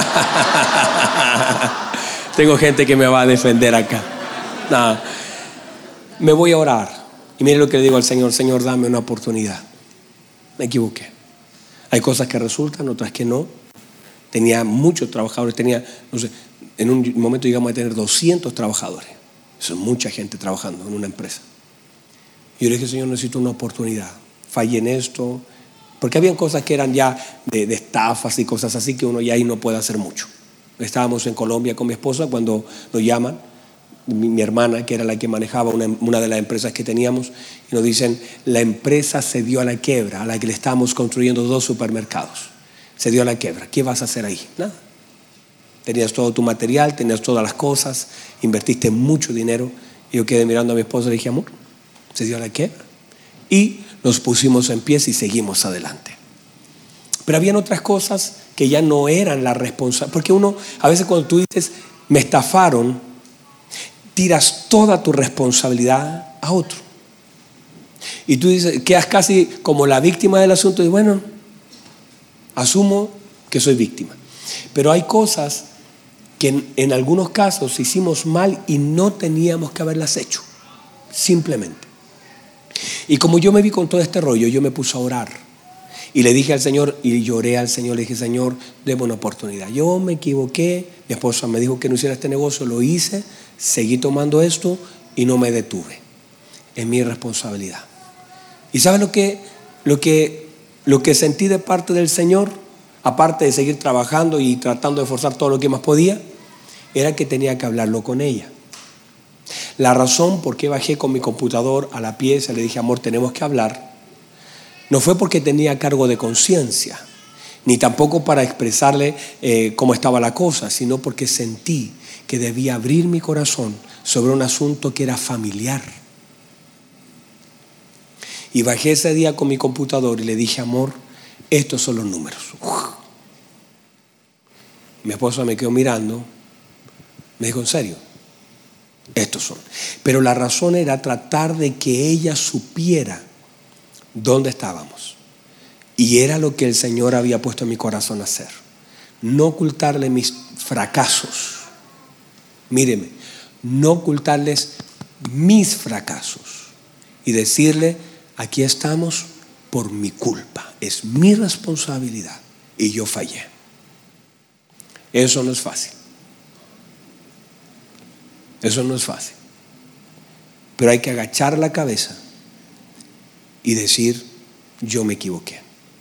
Tengo gente que me va a defender acá. Nada. Me voy a orar. Y mire lo que le digo al Señor. Señor, dame una oportunidad. Me equivoqué. Hay cosas que resultan, otras que no. Tenía muchos trabajadores. No sé, en un momento llegamos a tener 200 trabajadores. Eso es mucha gente trabajando en una empresa. Y yo le dije, Señor, necesito una oportunidad. Fallé en esto. Porque habían cosas que eran ya de estafas y cosas así que uno ya ahí no puede hacer mucho. Estábamos en Colombia con mi esposa cuando nos llaman, mi hermana, que era la que manejaba una de las empresas que teníamos, y nos dicen, la empresa se dio a la quiebra, a la que le estábamos construyendo 2 supermercados. Se dio a la quiebra. ¿Qué vas a hacer ahí? Nada. Tenías todo tu material, tenías todas las cosas, invertiste mucho dinero. Y yo quedé mirando a mi esposa y le dije, amor, se dio a la quiebra. Y nos pusimos en pie y seguimos adelante. Pero habían otras cosas que ya no eran la responsabilidad. Porque uno, a veces cuando tú dices, me estafaron, tiras toda tu responsabilidad a otro. Y tú dices, quedas casi como la víctima del asunto. Y bueno, asumo que soy víctima. Pero hay cosas que en algunos casos hicimos mal y no teníamos que haberlas hecho. Simplemente. Y como yo me vi con todo este rollo, yo me puse a orar. Y le dije al Señor, y lloré al Señor, le dije, Señor, deme una oportunidad. Yo me equivoqué, mi esposa me dijo que no hiciera este negocio, lo hice, seguí tomando esto y no me detuve. Es mi responsabilidad. ¿Y sabes lo que sentí de parte del Señor? Aparte de seguir trabajando y tratando de forzar todo lo que más podía, era que tenía que hablarlo con ella. La razón por qué bajé con mi computador a la pieza, le dije, amor, tenemos que hablar, no fue porque tenía cargo de conciencia, ni tampoco para expresarle cómo estaba la cosa, sino porque sentí que debía abrir mi corazón sobre un asunto que era familiar. Y bajé ese día con mi computador y le dije, amor, estos son los números. Mi esposa me quedó mirando, me dijo, ¿en serio? Estos son. Pero la razón era tratar de que ella supiera dónde estábamos. Y era lo que el Señor había puesto en mi corazón a hacer. No ocultarle mis fracasos. Míreme, no ocultarles mis fracasos. Y decirle, aquí estamos por mi culpa. Es mi responsabilidad. Y yo fallé. Eso no es fácil. Eso no es fácil. Pero hay que agachar la cabeza y decir, yo me equivoqué.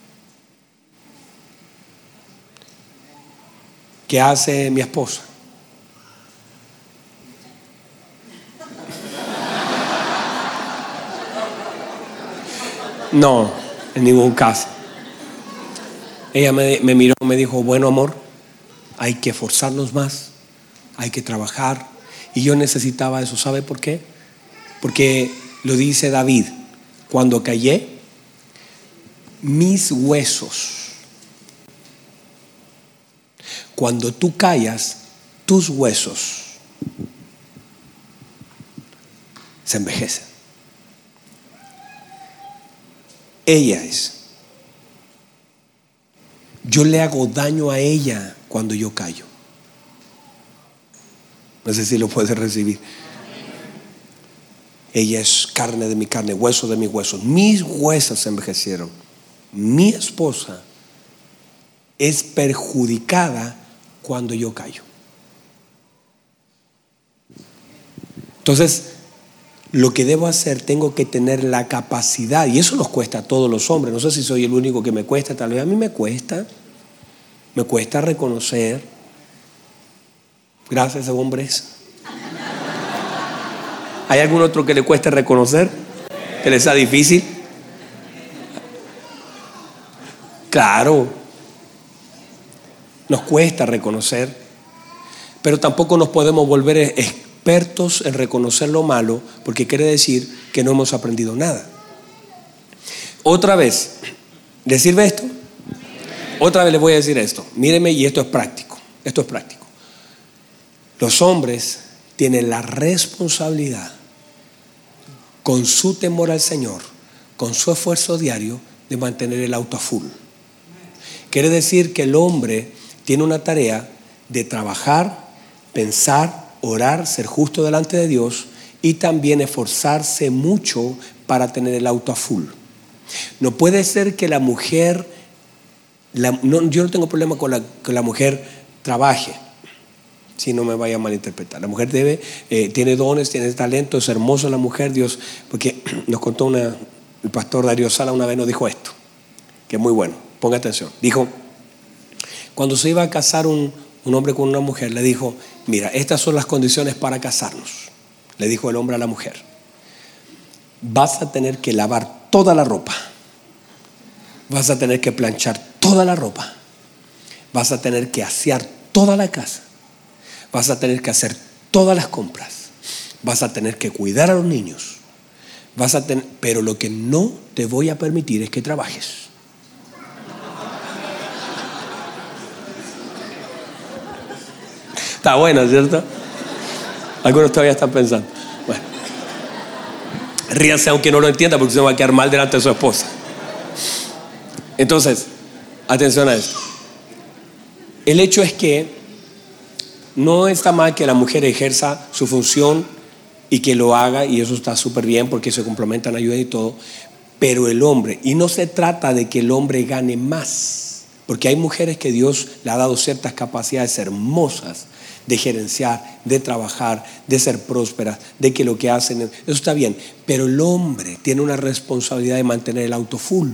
¿Qué hace mi esposa? No, en ningún caso. Ella me miró y me dijo, bueno, amor, hay que esforzarnos más, hay que trabajar. Y yo necesitaba eso. ¿Sabe por qué? Porque lo dice David, cuando callé, mis huesos. Cuando tú callas, tus huesos se envejecen. Ella es. Yo le hago daño a ella cuando yo callo. No sé si lo puedes recibir. Ella es carne de mi carne, hueso de mis huesos. Mis huesos se envejecieron. Mi esposa es perjudicada cuando yo callo. Entonces, lo que debo hacer, tengo que tener la capacidad, y eso nos cuesta a todos los hombres. No sé si soy el único que me cuesta, tal vez a mí me cuesta reconocer. Gracias, hombres. ¿Hay algún otro que le cueste reconocer? ¿Que le sea difícil? Claro, nos cuesta reconocer, pero tampoco nos podemos volver expertos en reconocer lo malo, porque quiere decir que no hemos aprendido nada. Otra vez, ¿le sirve esto? Otra vez les voy a decir esto. Míreme, y esto es práctico. Esto es práctico. Los hombres tienen la responsabilidad, con su temor al Señor, con su esfuerzo diario, de mantener el auto a full. Quiere decir que el hombre tiene una tarea de trabajar, pensar, orar, ser justo delante de Dios y también esforzarse mucho para tener el auto a full. No puede ser que la mujer, yo no tengo problema con que la mujer trabaje, si no me vaya a malinterpretar. La mujer tiene dones, tiene talento, es hermosa la mujer, Dios, porque nos contó el pastor Darío Sala una vez, nos dijo esto, que es muy bueno, ponga atención. Dijo, cuando se iba a casar un hombre con una mujer, le dijo, mira, estas son las condiciones para casarnos. Le dijo el hombre a la mujer, vas a tener que lavar toda la ropa, vas a tener que planchar toda la ropa, vas a tener que asear toda la casa, vas a tener que hacer todas las compras, vas a tener que cuidar a los niños, pero lo que no te voy a permitir es que trabajes. Está bueno, ¿cierto? Algunos todavía están pensando. Bueno, ríanse aunque no lo entienda, porque se va a quedar mal delante de su esposa. Entonces, atención a esto. El hecho es que no está mal que la mujer ejerza su función y que lo haga, y eso está súper bien porque se complementan, ayuda y todo. Pero el hombre, y no se trata de que el hombre gane más, porque hay mujeres que Dios le ha dado ciertas capacidades hermosas de gerenciar, de trabajar, de ser prósperas, de que lo que hacen, eso está bien, pero el hombre tiene una responsabilidad de mantener el auto full.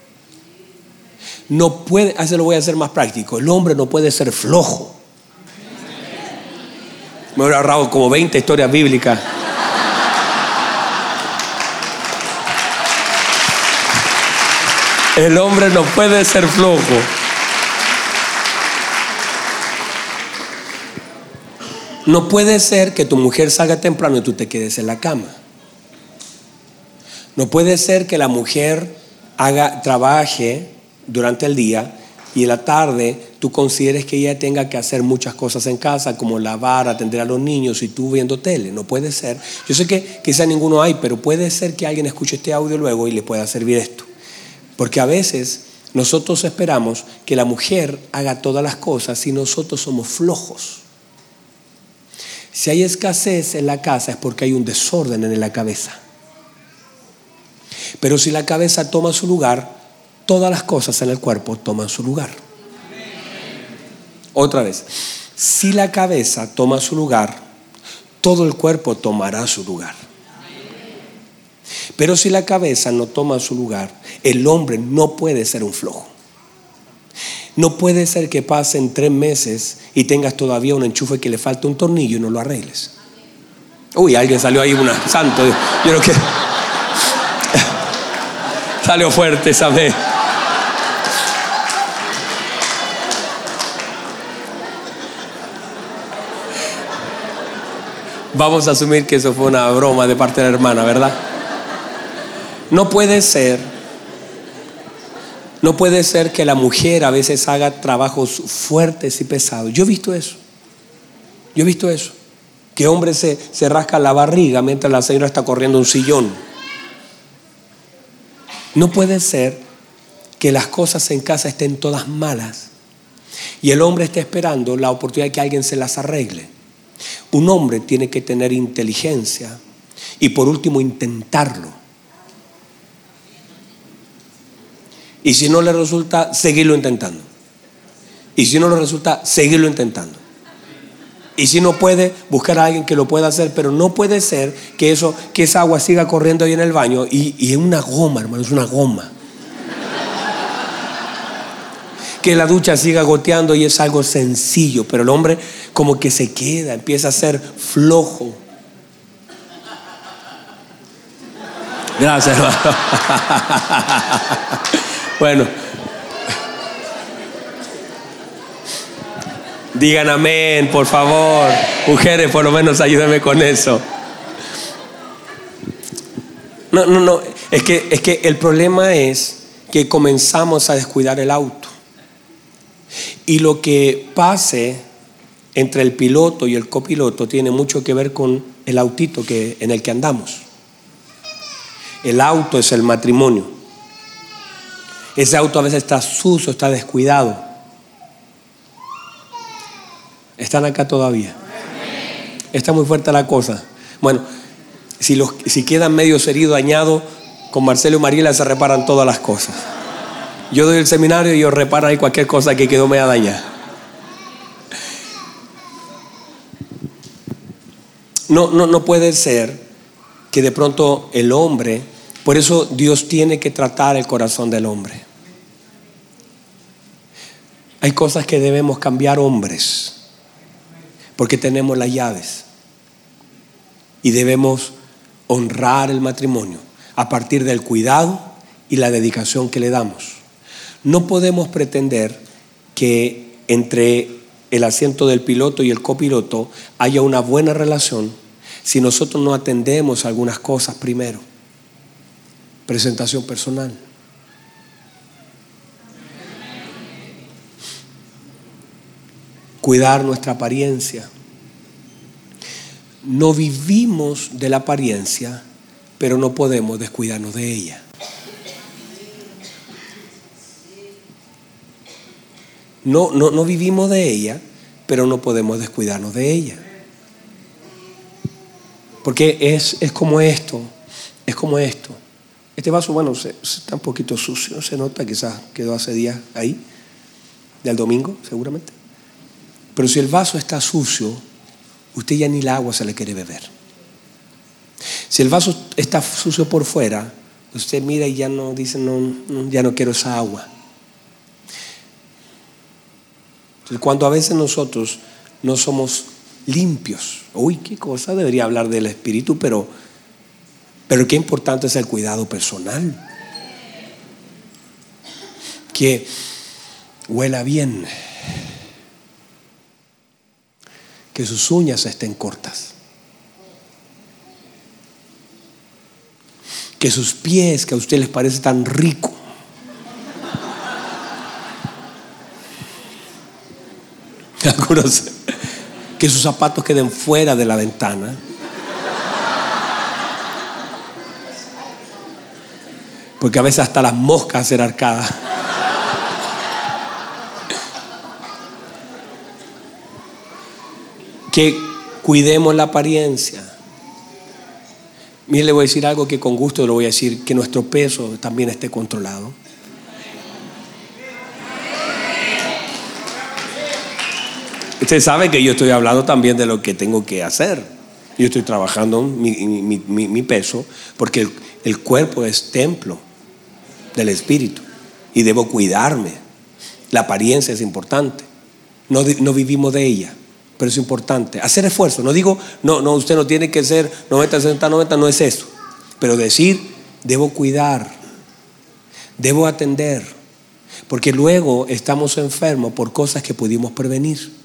No puede, así lo voy a hacer más práctico, el hombre no puede ser flojo. Me he ahorrado como 20 historias bíblicas. El hombre no puede ser flojo. No puede ser que tu mujer salga temprano y tú te quedes en la cama. No puede ser que la mujer trabaje durante el día, y en la tarde tú consideres que ella tenga que hacer muchas cosas en casa, como lavar, atender a los niños y tú viendo tele. No puede ser. Yo sé que quizá ninguno hay, pero puede ser que alguien escuche este audio luego y le pueda servir esto. Porque a veces nosotros esperamos que la mujer haga todas las cosas y nosotros somos flojos. Si hay escasez en la casa es porque hay un desorden en la cabeza. Pero si la cabeza toma su lugar, todas las cosas en el cuerpo toman su lugar. Otra vez, si la cabeza toma su lugar, todo el cuerpo tomará su lugar. Pero si la cabeza no toma su lugar, el hombre no puede ser un flojo. No puede ser que pasen 3 meses y tengas todavía un enchufe que le falta un tornillo y no lo arregles. Uy, alguien salió ahí, santo. Yo creo que salió fuerte esa vez. Vamos a asumir que eso fue una broma de parte de la hermana, ¿verdad? No puede ser que la mujer a veces haga trabajos fuertes y pesados. Yo he visto eso. Que hombre se rasca la barriga mientras la señora está corriendo un sillón. No puede ser que las cosas en casa estén todas malas y el hombre esté esperando la oportunidad de que alguien se las arregle. Un hombre tiene que tener inteligencia y por último intentarlo. Y si no le resulta, seguirlo intentando. Y si no le resulta, seguirlo intentando. Y si no puede, buscar a alguien que lo pueda hacer. Pero no puede ser que esa agua siga corriendo ahí en el baño y es una goma, hermano, es una goma. Que la ducha siga goteando y es algo sencillo, pero el hombre como que se queda, empieza a ser flojo. Gracias, hermano. Bueno, digan amén, por favor. Mujeres, por lo menos ayúdenme con eso. No, es que el problema es que comenzamos a descuidar el auto. Y lo que pase entre el piloto y el copiloto tiene mucho que ver con el autito en el que andamos. El auto es el matrimonio. Ese auto a veces está sucio, está descuidado. ¿Están acá todavía? Está muy fuerte la cosa. Bueno, si quedan medio heridos, dañados, con Marcelo y Mariela se reparan todas las cosas. Yo doy el seminario y ellos reparan ahí cualquier cosa que quedó media dañada. No puede ser que de pronto el hombre, por eso Dios tiene que tratar el corazón del hombre. Hay cosas que debemos cambiar, hombres, porque tenemos las llaves y debemos honrar el matrimonio a partir del cuidado y la dedicación que le damos. No podemos pretender que entre el asiento del piloto y el copiloto haya una buena relación si nosotros no atendemos algunas cosas primero. Presentación personal. Cuidar nuestra apariencia. No vivimos de la apariencia, pero no podemos descuidarnos de ella. No vivimos de ella, pero no podemos descuidarnos de ella. Porque es como esto. Es como esto. Este vaso, bueno, está un poquito sucio. Se nota, quizás quedó hace días ahí. Del domingo, seguramente. Pero si el vaso está sucio, usted ya ni el agua se le quiere beber. Si el vaso está sucio por fuera, usted mira y ya no dice, ya no quiero esa agua. Entonces, cuando a veces nosotros no somos limpios, uy, qué cosa, debería hablar del espíritu, pero qué importante es el cuidado personal. Que huela bien, que sus uñas estén cortas, que sus pies, que a usted les parece tan rico, Algunos, que sus zapatos queden fuera de la ventana. Porque a veces hasta las moscas hacen arcadas. Que cuidemos la apariencia. Mire, le voy a decir algo que con gusto le voy a decir, que nuestro peso también esté controlado. Usted sabe que yo estoy hablando también de lo que tengo que hacer. Yo estoy trabajando mi peso, porque el cuerpo es templo del Espíritu y debo cuidarme. La apariencia es importante. No vivimos de ella, pero es importante. Hacer esfuerzo. No digo, no, usted no tiene que ser 90, 60, 90, no es eso. Pero decir, debo cuidar, debo atender, porque luego estamos enfermos por cosas que pudimos prevenir.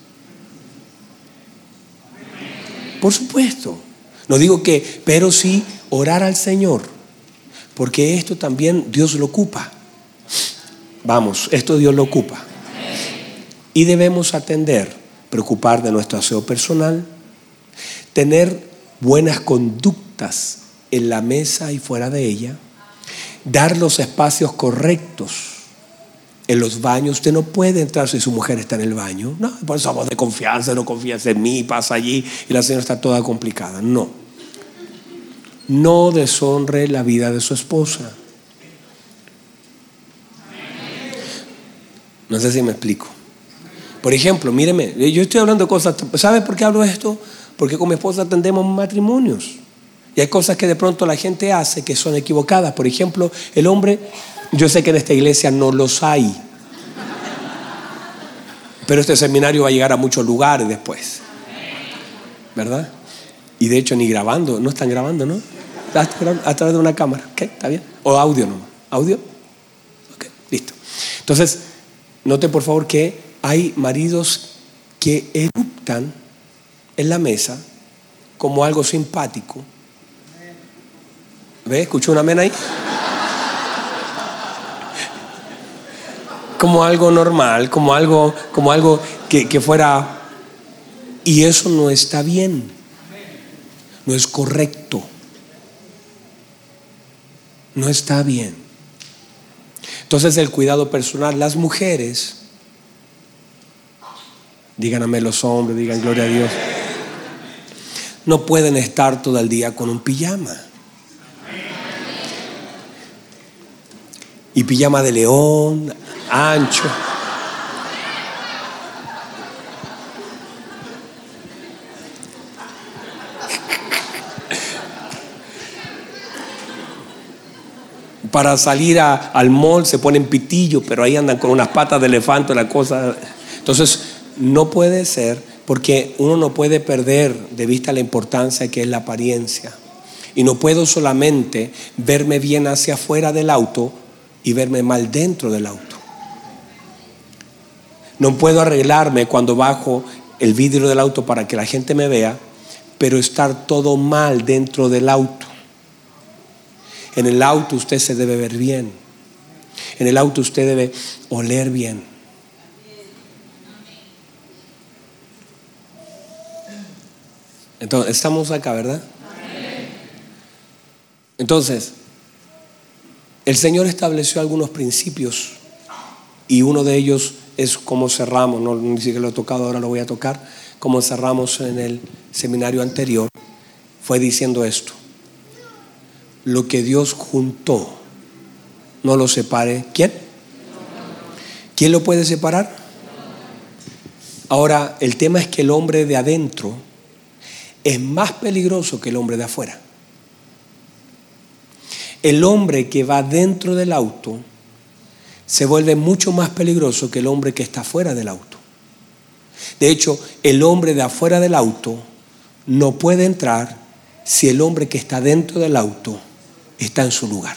Por supuesto. No digo que, pero sí orar al Señor, porque esto también Dios lo ocupa. Vamos, esto Dios lo ocupa. Y debemos atender, preocupar de nuestro aseo personal, tener buenas conductas en la mesa y fuera de ella, dar los espacios correctos en los baños. Usted no puede entrar si su mujer está en el baño. No, por eso somos de confianza, no confías en mí, pasa allí y la señora está toda complicada. No. No deshonre la vida de su esposa. No sé si me explico. Por ejemplo, míreme, yo estoy hablando de cosas. ¿Sabe por qué hablo de esto? Porque con mi esposa atendemos matrimonios. Y hay cosas que de pronto la gente hace que son equivocadas. Por ejemplo, el hombre, yo sé que en esta iglesia no los hay, pero este seminario va a llegar a muchos lugares después, ¿verdad? Y de hecho ni grabando, no están grabando, ¿no? A través de una cámara, ¿ok? ¿Está bien? O audio nomás. ¿Audio? Ok, listo. Entonces, note por favor que hay maridos que eruptan en la mesa como algo simpático. ¿Ve? ¿Escuchó un amén ahí? Como algo normal, como algo que fuera. Y eso no está bien. No es correcto. No está bien. Entonces el cuidado personal, las mujeres, díganme los hombres, digan gloria a Dios, no pueden estar todo el día con un pijama. Y pijama de león, ancho. Para salir al mall se ponen pitillo, pero ahí andan con unas patas de elefante, la cosa. Entonces, no puede ser, porque uno no puede perder de vista la importancia que es la apariencia. Y no puedo solamente verme bien hacia afuera del auto y verme mal dentro del auto. No puedo arreglarme cuando bajo el vidrio del auto para que la gente me vea, pero estar todo mal dentro del auto. En el auto usted se debe ver bien. En el auto usted debe oler bien. Entonces, estamos acá, ¿verdad? Entonces, el Señor estableció algunos principios y uno de ellos es cómo cerramos, no ni siquiera lo he tocado, ahora lo voy a tocar, como cerramos en el seminario anterior, fue diciendo esto: lo que Dios juntó, no lo separe. ¿Quién? ¿Quién lo puede separar? Ahora, el tema es que el hombre de adentro es más peligroso que el hombre de afuera. El hombre que va dentro del auto se vuelve mucho más peligroso que el hombre que está fuera del auto. De hecho, el hombre de afuera del auto no puede entrar si el hombre que está dentro del auto está en su lugar.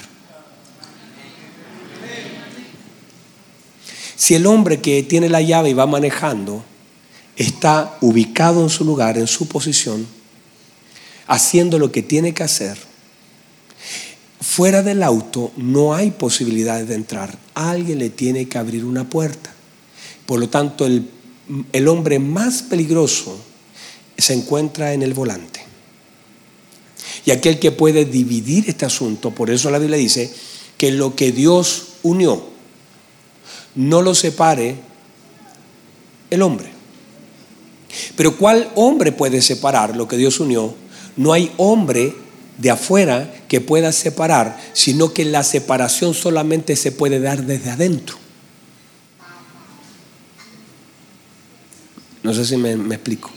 Si el hombre que tiene la llave y va manejando está ubicado en su lugar, en su posición, haciendo lo que tiene que hacer, fuera del auto no hay posibilidad de entrar. Alguien le tiene que abrir una puerta. Por lo tanto, el el hombre más peligroso se encuentra en el volante. Y aquel que puede dividir este asunto, por eso la Biblia dice que lo que Dios unió, no lo separe el hombre. Pero ¿cuál hombre puede separar lo que Dios unió? No hay hombre de afuera que pueda separar, sino que la separación solamente se puede dar desde adentro. No sé si me explico.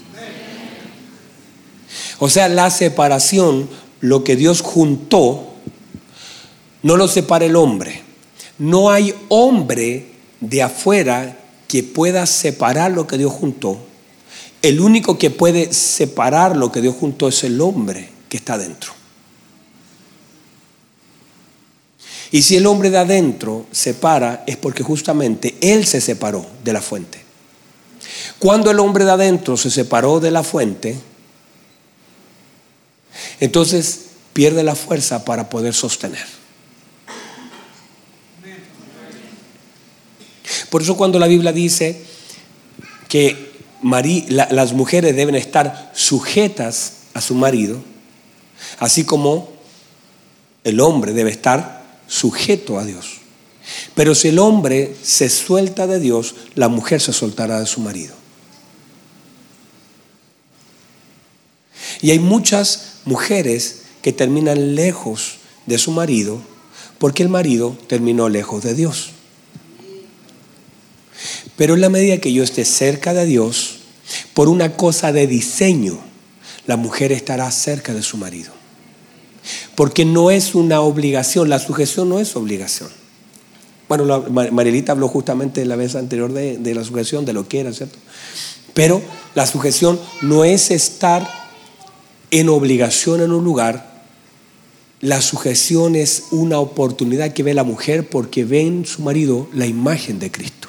O sea, la separación, lo que Dios juntó, no lo separa el hombre. No hay hombre de afuera que pueda separar lo que Dios juntó. El único que puede separar lo que Dios juntó es el hombre que está adentro. Y si el hombre de adentro separa, es porque justamente él se separó de la fuente. Cuando el hombre de adentro se separó de la fuente, entonces pierde la fuerza para poder sostener. Por eso cuando la Biblia dice que las mujeres deben estar sujetas a su marido, así como el hombre debe estar sujeto a Dios. Pero si el hombre se suelta de Dios, la mujer se soltará de su marido. Y hay muchas mujeres que terminan lejos de su marido porque el marido terminó lejos de Dios. Pero en la medida que yo esté cerca de Dios, por una cosa de diseño, la mujer estará cerca de su marido. Porque no es una obligación, la sujeción no es obligación. Bueno, Marielita habló justamente la vez anterior de la sujeción, de lo que era, ¿cierto? Pero la sujeción no es estar en obligación en un lugar. La sujeción es una oportunidad que ve la mujer porque ve en su marido la imagen de Cristo.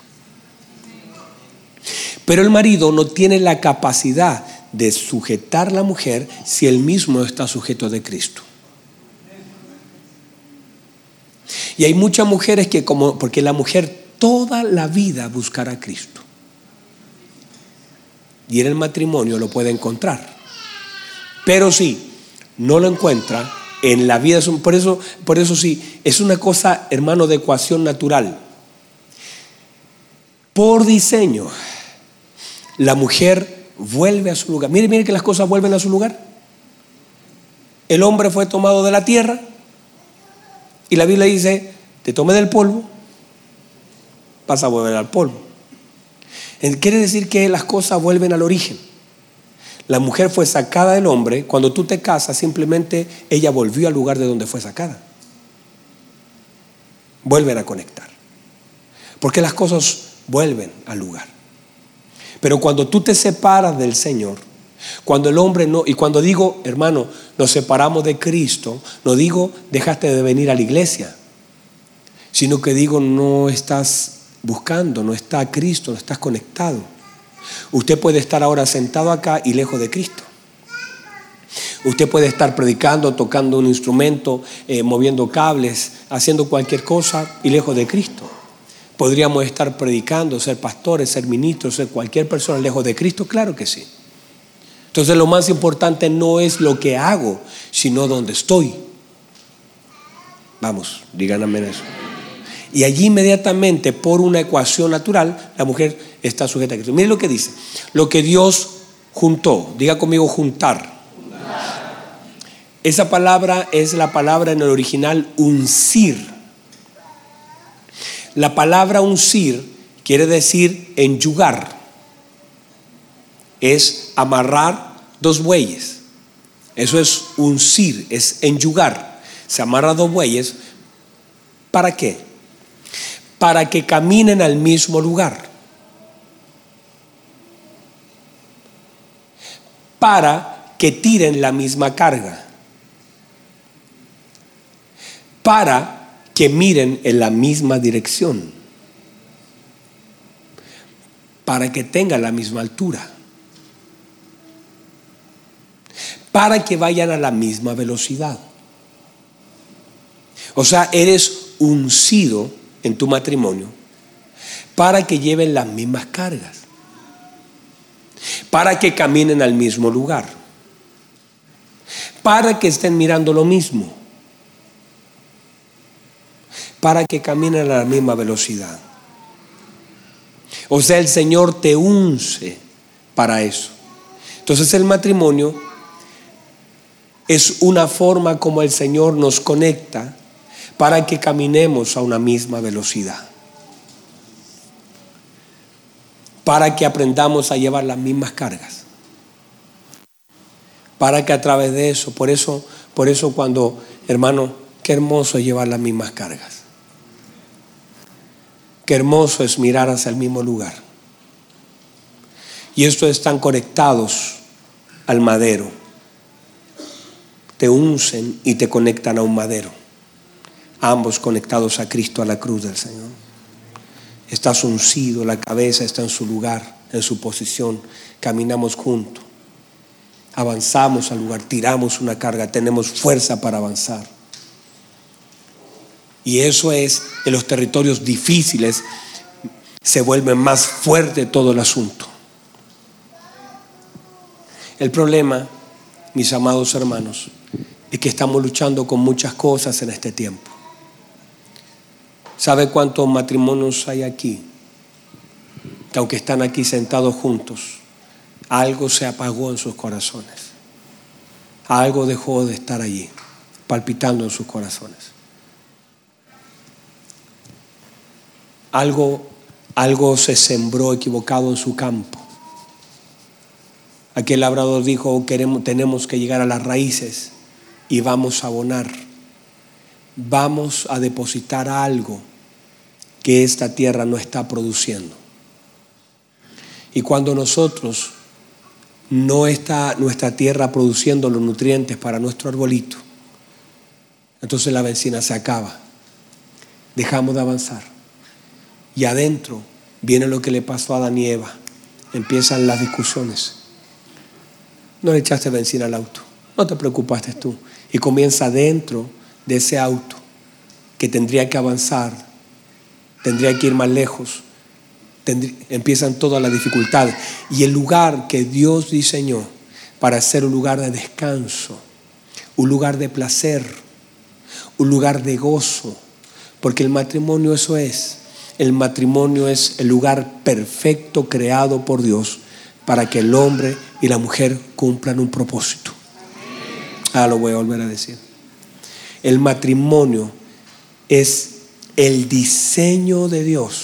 Pero el marido no tiene la capacidad de sujetar a la mujer si él mismo está sujeto de Cristo. Y hay muchas mujeres que porque la mujer toda la vida buscará a Cristo. Y en el matrimonio lo puede encontrar. Pero si no lo encuentra, en la vida, por eso sí, es una cosa, hermano, de ecuación natural. Por diseño, la mujer vuelve a su lugar. Mire que las cosas vuelven a su lugar. El hombre fue tomado de la tierra y la Biblia dice, te tomé del polvo, vas a volver al polvo. Quiere decir que las cosas vuelven al origen. La mujer fue sacada del hombre. Cuando tú te casas, simplemente ella volvió al lugar de donde fue sacada. Vuelven a conectar. Porque las cosas vuelven al lugar. Pero cuando tú te separas del Señor, cuando el hombre no, y cuando digo, hermano, nos separamos de Cristo, no digo dejaste de venir a la iglesia, sino que digo no estás buscando, no está Cristo, no estás conectado. Usted puede estar ahora sentado acá y lejos de Cristo. Usted puede estar predicando, tocando un instrumento, moviendo cables, haciendo cualquier cosa y lejos de Cristo. Podríamos estar predicando, ser pastores, ser ministros, ser cualquier persona lejos de Cristo, claro que sí. Entonces lo más importante no es lo que hago, sino dónde estoy. Vamos, digan amén eso. Y allí inmediatamente, por una ecuación natural, la mujer está sujeta a Cristo. Miren lo que dice. Lo que Dios juntó. Diga conmigo juntar. Esa palabra es la palabra en el original uncir. La palabra uncir quiere decir enyugar. Es amarrar dos bueyes. Eso es uncir, es enyugar. Se amarra dos bueyes. ¿Para qué? Para que caminen al mismo lugar. Para que tiren la misma carga. Para que miren en la misma dirección. Para que tengan la misma altura. Para que vayan a la misma velocidad. O sea, eres uncido en tu matrimonio para que lleven las mismas cargas. para que caminen al mismo lugar, para que estén mirando lo mismo, para que caminen a la misma velocidad. O sea, el Señor te unce para eso. Entonces el matrimonio es una forma como el Señor nos conecta para que caminemos a una misma velocidad, para que aprendamos a llevar las mismas cargas, para que a través de eso, por eso cuando, hermano, qué hermoso es llevar las mismas cargas, qué hermoso es mirar hacia el mismo lugar. Y estos están conectados al madero, te uncen y te conectan a un madero, ambos conectados a Cristo, a la cruz del Señor. Estás uncido, la cabeza está en su lugar, en su posición, caminamos juntos, avanzamos al lugar, tiramos una carga, tenemos fuerza para avanzar. Y eso es, en los territorios difíciles se vuelve más fuerte todo el asunto. El problema, mis amados hermanos, es que estamos luchando con muchas cosas en este tiempo. ¿Sabe cuántos matrimonios hay aquí? Que aunque están aquí sentados juntos, algo se apagó en sus corazones. Algo dejó de estar allí, palpitando en sus corazones. Algo se sembró equivocado en su campo. Aquel labrador dijo, tenemos que llegar a las raíces y vamos a abonar. Vamos a depositar algo que esta tierra no está produciendo. Y cuando nosotros no está nuestra tierra produciendo los nutrientes para nuestro arbolito, entonces la bencina se acaba. Dejamos de avanzar. Y adentro viene lo que le pasó a Adán y Eva. Empiezan las discusiones. No le echaste benzina al auto, no te preocupaste tú. Y comienza dentro de ese auto que tendría que avanzar, tendría que ir más lejos. Empiezan todas las dificultades. Y el lugar que Dios diseñó para ser un lugar de descanso, un lugar de placer, un lugar de gozo, porque el matrimonio eso es. El matrimonio es el lugar perfecto creado por Dios para que el hombre y la mujer cumplan un propósito. Lo voy a volver a decir. El matrimonio es el diseño de Dios.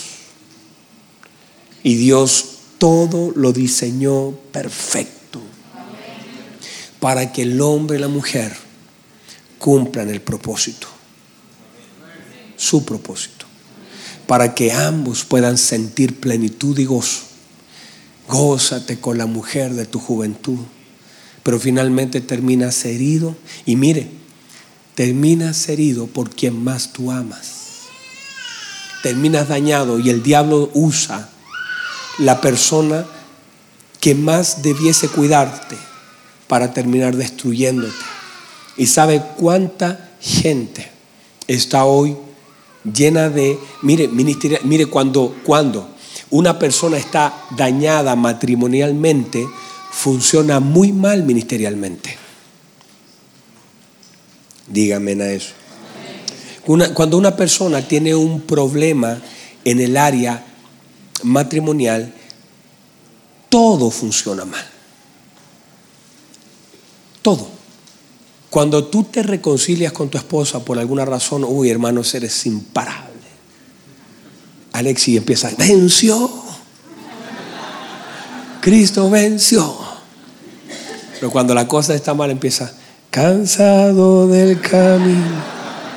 Y Dios todo lo diseñó perfecto para que el hombre y la mujer cumplan el propósito. Su propósito. Para que ambos puedan sentir plenitud y gozo. Gózate con la mujer de tu juventud. Pero finalmente terminas herido. Y mire, terminas herido por quien más tú amas. Terminas dañado y el diablo usa la persona que más debiese cuidarte para terminar destruyéndote. ¿Y sabe cuánta gente está hoy llena de, mire, cuando una persona está dañada matrimonialmente, funciona muy mal ministerialmente? Dígame a eso. Cuando una persona tiene un problema en el área matrimonial, todo funciona mal. Todo. Cuando tú te reconcilias con tu esposa por alguna razón, uy, hermanos, eres imparable. Alexi empieza, venció. Cristo venció. Pero cuando la cosa está mal, empieza, cansado del camino.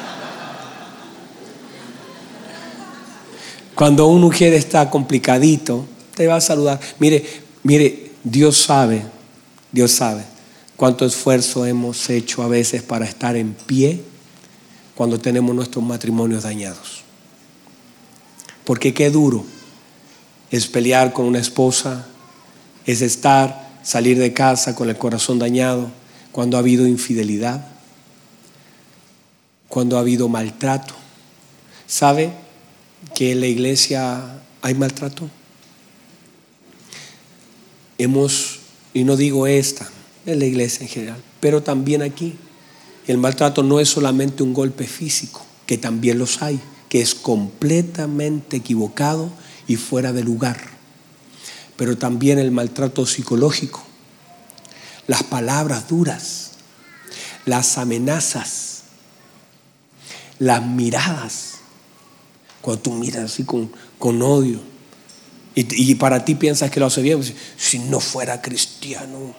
Cuando una mujer está complicadito, te va a saludar. Mire, Dios sabe cuánto esfuerzo hemos hecho a veces para estar en pie cuando tenemos nuestros matrimonios dañados. Porque qué duro es pelear con una esposa, es salir de casa con el corazón dañado cuando ha habido infidelidad, cuando ha habido maltrato. ¿Sabe que en la iglesia hay maltrato? Hemos Y no digo esta, es la iglesia en general, pero también aquí. El maltrato no es solamente un golpe físico, que también los hay, que es completamente equivocado y fuera de lugar. Pero también el maltrato psicológico, las palabras duras, las amenazas, las miradas. Cuando tú miras así con odio y para ti piensas que lo hace bien, si no fuera cristiano,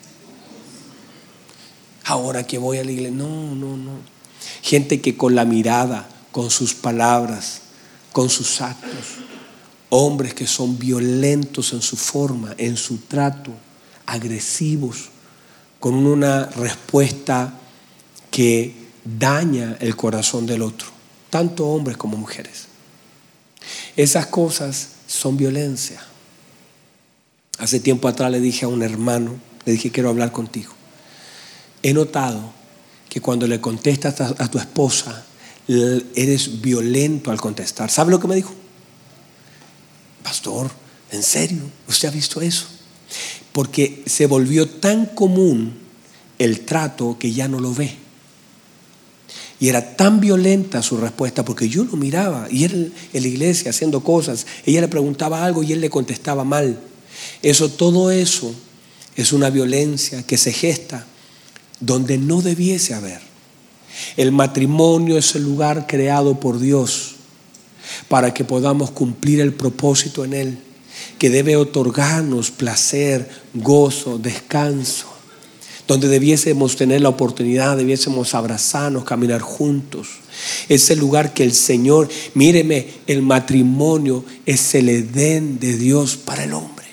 ahora que voy a la iglesia. No. Gente que con la mirada, con sus palabras, con sus actos, hombres que son violentos en su forma, en su trato, agresivos, con una respuesta que daña el corazón del otro, tanto hombres como mujeres. Esas cosas son violencia. Hace tiempo atrás le dije a un hermano, le dije, quiero hablar contigo. He notado que cuando le contestas a tu esposa, eres violento al contestar. ¿Sabe lo que me dijo? Pastor, ¿en serio? ¿Usted ha visto eso? Porque se volvió tan común el trato que ya no lo ve. Y era tan violenta su respuesta, porque yo lo miraba y él en la iglesia haciendo cosas, ella le preguntaba algo y él le contestaba mal. Todo eso es una violencia que se gesta donde no debiese haber. El matrimonio es el lugar creado por Dios para que podamos cumplir el propósito en él, que debe otorgarnos placer, gozo, descanso, donde debiésemos tener la oportunidad, debiésemos abrazarnos, caminar juntos. Es el lugar que el Señor, míreme, el matrimonio es el Edén de Dios para el hombre.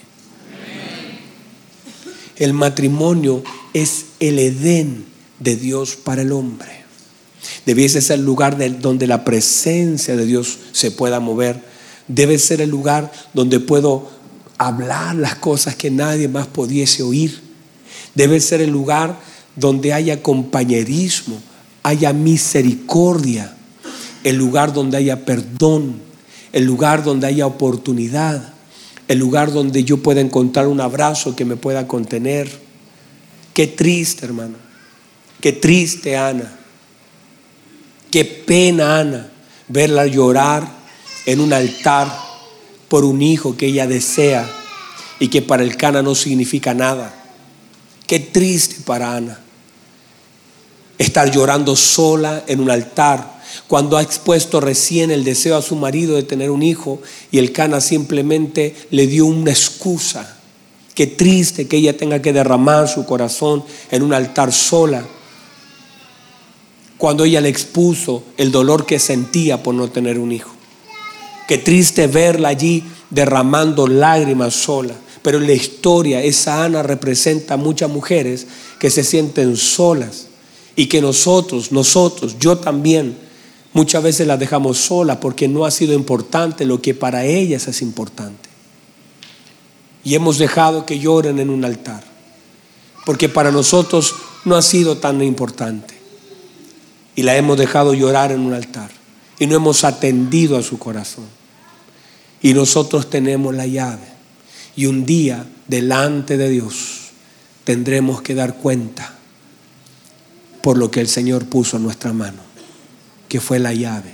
El matrimonio es el Edén de Dios para el hombre. Debiese ser el lugar donde la presencia de Dios se pueda mover. Debe ser el lugar donde puedo hablar las cosas que nadie más pudiese oír. Debe ser el lugar donde haya compañerismo, haya misericordia, el lugar donde haya perdón, el lugar donde haya oportunidad, el lugar donde yo pueda encontrar un abrazo que me pueda contener. Qué triste, hermano. Qué triste, Ana. Qué pena, Ana, verla llorar en un altar por un hijo que ella desea y que para el Cana no significa nada. Qué triste para Ana estar llorando sola en un altar cuando ha expuesto recién el deseo a su marido de tener un hijo y el Cana simplemente le dio una excusa. Qué triste que ella tenga que derramar su corazón en un altar sola cuando ella le expuso el dolor que sentía por no tener un hijo. Qué triste verla allí derramando lágrimas sola. Pero en la historia, esa Ana representa a muchas mujeres que se sienten solas y que nosotros, yo también, muchas veces las dejamos solas porque no ha sido importante lo que para ellas es importante. Y hemos dejado que lloren en un altar porque para nosotros no ha sido tan importante. Y la hemos dejado llorar en un altar y no hemos atendido a su corazón. Y nosotros tenemos la llave. Y un día delante de Dios tendremos que dar cuenta por lo que el Señor puso en nuestra mano, que fue la llave.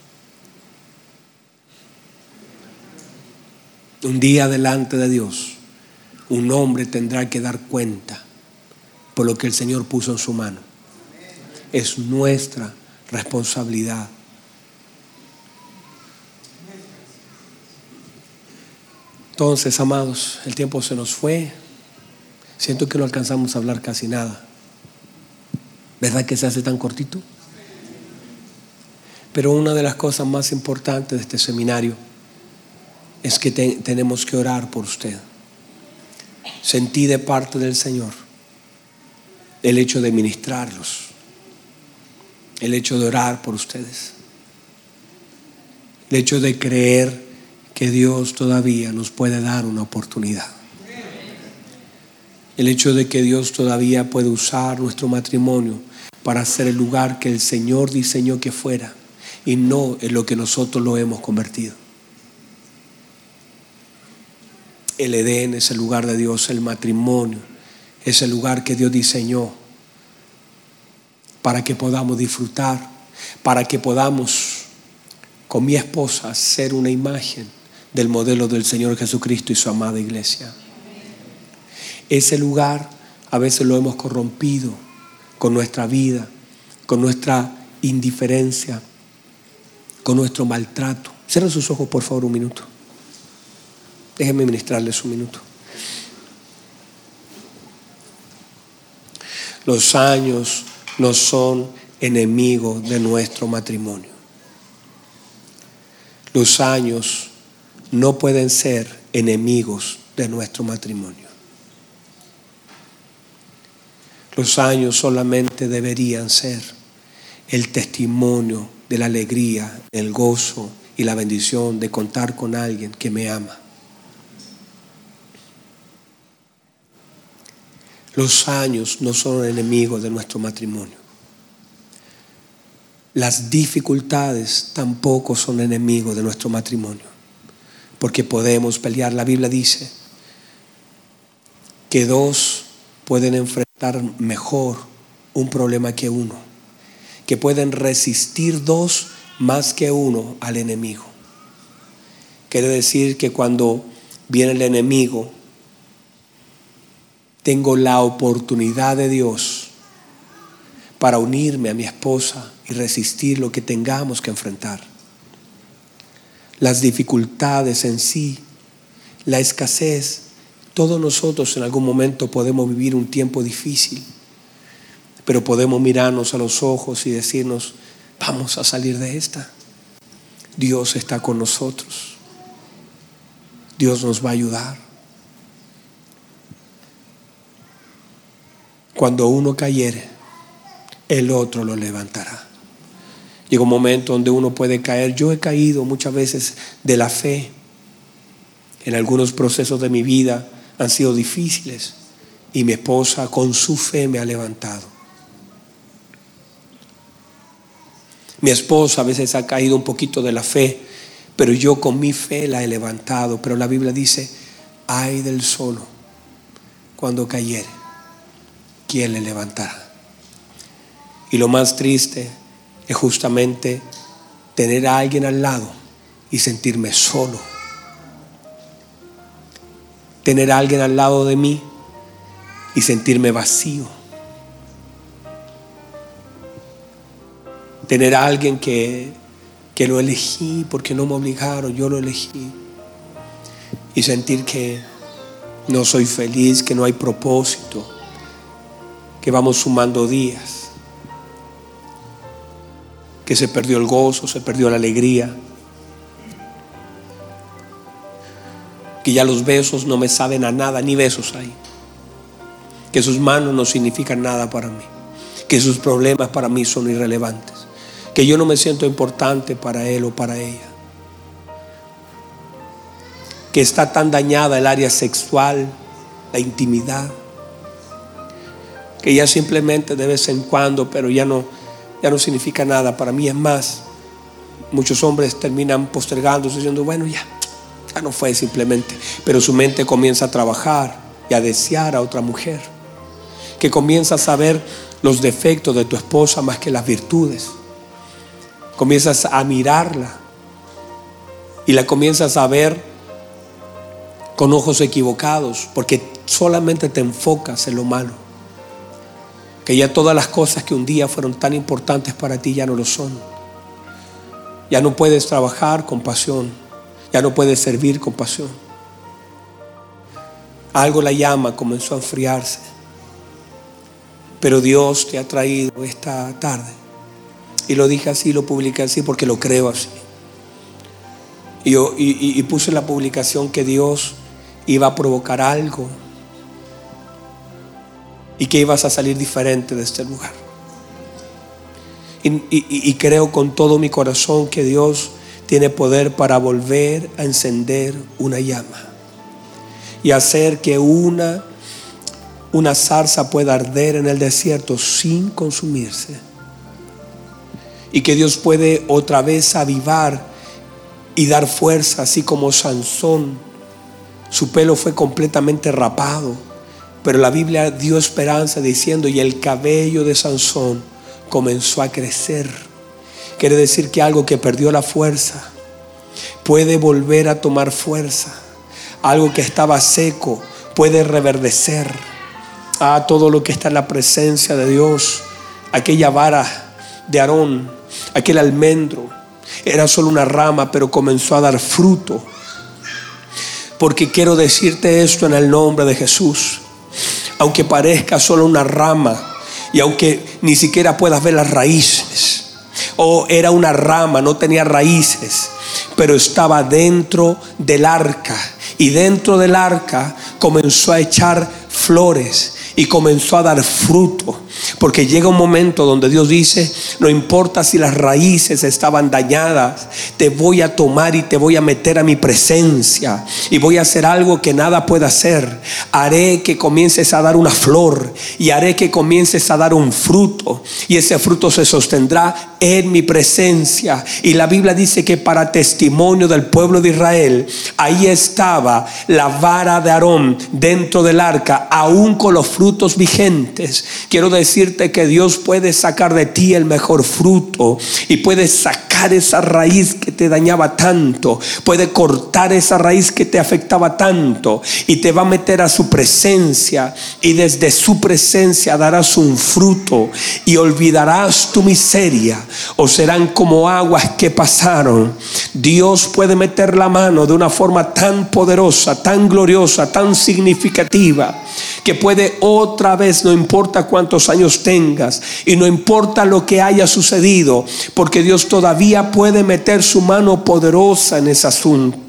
Un día delante de Dios, un hombre tendrá que dar cuenta por lo que el Señor puso en su mano. Es nuestra responsabilidad. Entonces, amados, el tiempo se nos fue. Siento que no alcanzamos a hablar casi nada. ¿Verdad que se hace tan cortito? Pero una de las cosas más importantes de este seminario es que tenemos que orar por usted. Sentí de parte del Señor el hecho de ministrarlos, el hecho de orar por ustedes, el hecho de creer que Dios todavía nos puede dar una oportunidad. El hecho de que Dios todavía puede usar nuestro matrimonio para ser el lugar que el Señor diseñó que fuera y no en lo que nosotros lo hemos convertido. El Edén es el lugar de Dios, el matrimonio Es el lugar que Dios diseñó para que podamos disfrutar, para que podamos con mi esposa ser una imagen del modelo del Señor Jesucristo y su amada iglesia. Ese lugar a veces lo hemos corrompido con nuestra vida, con nuestra indiferencia, con nuestro maltrato. Cierren sus ojos por favor un minuto. Déjenme ministrarles un minuto. Los años no son enemigos de nuestro matrimonio. Los años no pueden ser enemigos de nuestro matrimonio. Los años solamente deberían ser el testimonio de la alegría, el gozo y la bendición de contar con alguien que me ama. Los años no son enemigos de nuestro matrimonio. Las dificultades tampoco son enemigos de nuestro matrimonio, porque podemos pelear. La Biblia dice que dos pueden enfrentar mejor un problema que uno, que pueden resistir dos más que uno al enemigo. Quiere decir que cuando viene el enemigo, tengo la oportunidad de Dios para unirme a mi esposa y resistir lo que tengamos que enfrentar. Las dificultades en sí, la escasez, todos nosotros en algún momento podemos vivir un tiempo difícil, pero podemos mirarnos a los ojos y decirnos, vamos a salir de esta. Dios está con nosotros. Dios nos va a ayudar. Cuando uno cayere, el otro lo levantará. Llega un momento donde uno puede caer. Yo he caído muchas veces de la fe. En algunos procesos de mi vida han sido difíciles y mi esposa con su fe me ha levantado. Mi esposa a veces ha caído un poquito de la fe, pero yo con mi fe la he levantado. Pero la Biblia dice, ay del solo cuando cayere, ¿quién le levantará? Y lo más triste es justamente tener a alguien al lado y sentirme solo. Tener a alguien al lado de mí y sentirme vacío. Tener a alguien que lo elegí porque no me obligaron, yo lo elegí. Y sentir que no soy feliz, que no hay propósito, que vamos sumando días, que se perdió el gozo, se perdió la alegría, que ya los besos no me saben a nada, ni besos hay, que sus manos no significan nada para mí, que sus problemas para mí son irrelevantes, que yo no me siento importante para él o para ella, que está tan dañada el área sexual, la intimidad, que ya simplemente de vez en cuando, pero ya no significa nada para mí. Es más, muchos hombres terminan postergándose diciendo, bueno, ya no fue simplemente, pero su mente comienza a trabajar y a desear a otra mujer, que comienza a saber los defectos de tu esposa más que las virtudes. Comienzas a mirarla y la comienzas a ver con ojos equivocados, porque solamente te enfocas en lo malo. Que ya todas las cosas que un día fueron tan importantes para ti ya no lo son. Ya no puedes trabajar con pasión. Ya no puedes servir con pasión. Algo la llama comenzó a enfriarse. Pero Dios te ha traído esta tarde. Y lo dije así, lo publiqué así porque lo creo así. Y puse en la publicación que Dios iba a provocar algo y que ibas a salir diferente de este lugar. Y creo con todo mi corazón que Dios tiene poder para volver a encender una llama y hacer que una zarza pueda arder en el desierto sin consumirse, y que Dios puede otra vez avivar y dar fuerza, así como Sansón, su pelo fue completamente rapado Pero la Biblia dio esperanza diciendo: y el cabello de Sansón comenzó a crecer. Quiere decir que algo que perdió la fuerza puede volver a tomar fuerza. Algo que estaba seco puede reverdecer. Todo lo que está en la presencia de Dios. Aquella vara de Aarón, aquel almendro, era solo una rama, pero comenzó a dar fruto. Porque quiero decirte esto en el nombre de Jesús. Aunque parezca solo una rama, y aunque ni siquiera puedas ver las raíces, era una rama, no tenía raíces, pero estaba dentro del arca, y dentro del arca comenzó a echar flores y comenzó a dar fruto. Porque llega un momento donde Dios dice: no importa si las raíces estaban dañadas, te voy a tomar y te voy a meter a mi presencia, y voy a hacer algo que nada puede hacer. Haré que comiences a dar una flor, y haré que comiences a dar un fruto, y ese fruto se sostendrá en mi presencia. Y la Biblia dice que para testimonio del pueblo de Israel, ahí estaba la vara de Aarón dentro del arca, aún con los frutos vigentes. Quiero decirte que Dios puede sacar de ti el mejor fruto, y puede sacar esa raíz que te dañaba tanto, puede cortar esa raíz que te afectaba tanto, y te va a meter a su presencia, y desde su presencia darás un fruto, y olvidarás tu miseria, o serán como aguas que pasaron. Dios puede meter la mano de una forma tan poderosa, tan gloriosa, tan significativa, que puede otra vez, no importa cuántos años tengas y no importa lo que haya sucedido, porque Dios todavía puede meter su mano poderosa en ese asunto.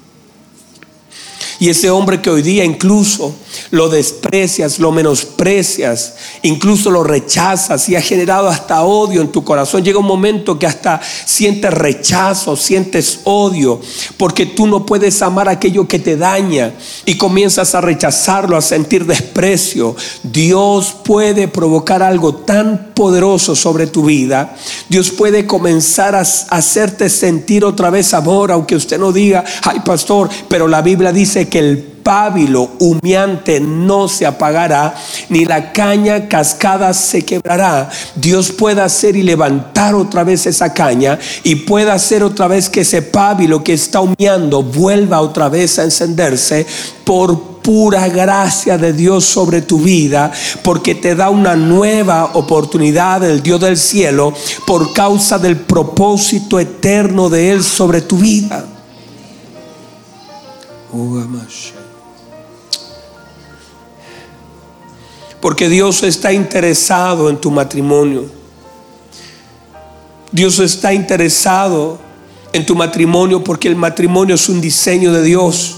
Y ese hombre que hoy día incluso lo desprecias, lo menosprecias, incluso lo rechazas, y ha generado hasta odio en tu corazón. Llega un momento que hasta sientes rechazo, sientes odio, porque tú no puedes amar aquello que te daña, y comienzas a rechazarlo, a sentir desprecio. Dios puede provocar algo tan poderoso sobre tu vida. Dios puede comenzar a hacerte sentir otra vez amor, aunque usted no diga: ay, pastor, pero la Biblia dice que el pábilo humeante no se apagará, ni la caña cascada se quebrará. Dios puede hacer y levantar otra vez esa caña, y puede hacer otra vez que ese pábilo que está humeando vuelva otra vez a encenderse, por pura gracia de Dios sobre tu vida, porque te da una nueva oportunidad el Dios del cielo, por causa del propósito eterno de Él sobre tu vida. Porque Dios está interesado en tu matrimonio. Dios está interesado en tu matrimonio, porque el matrimonio es un diseño de Dios.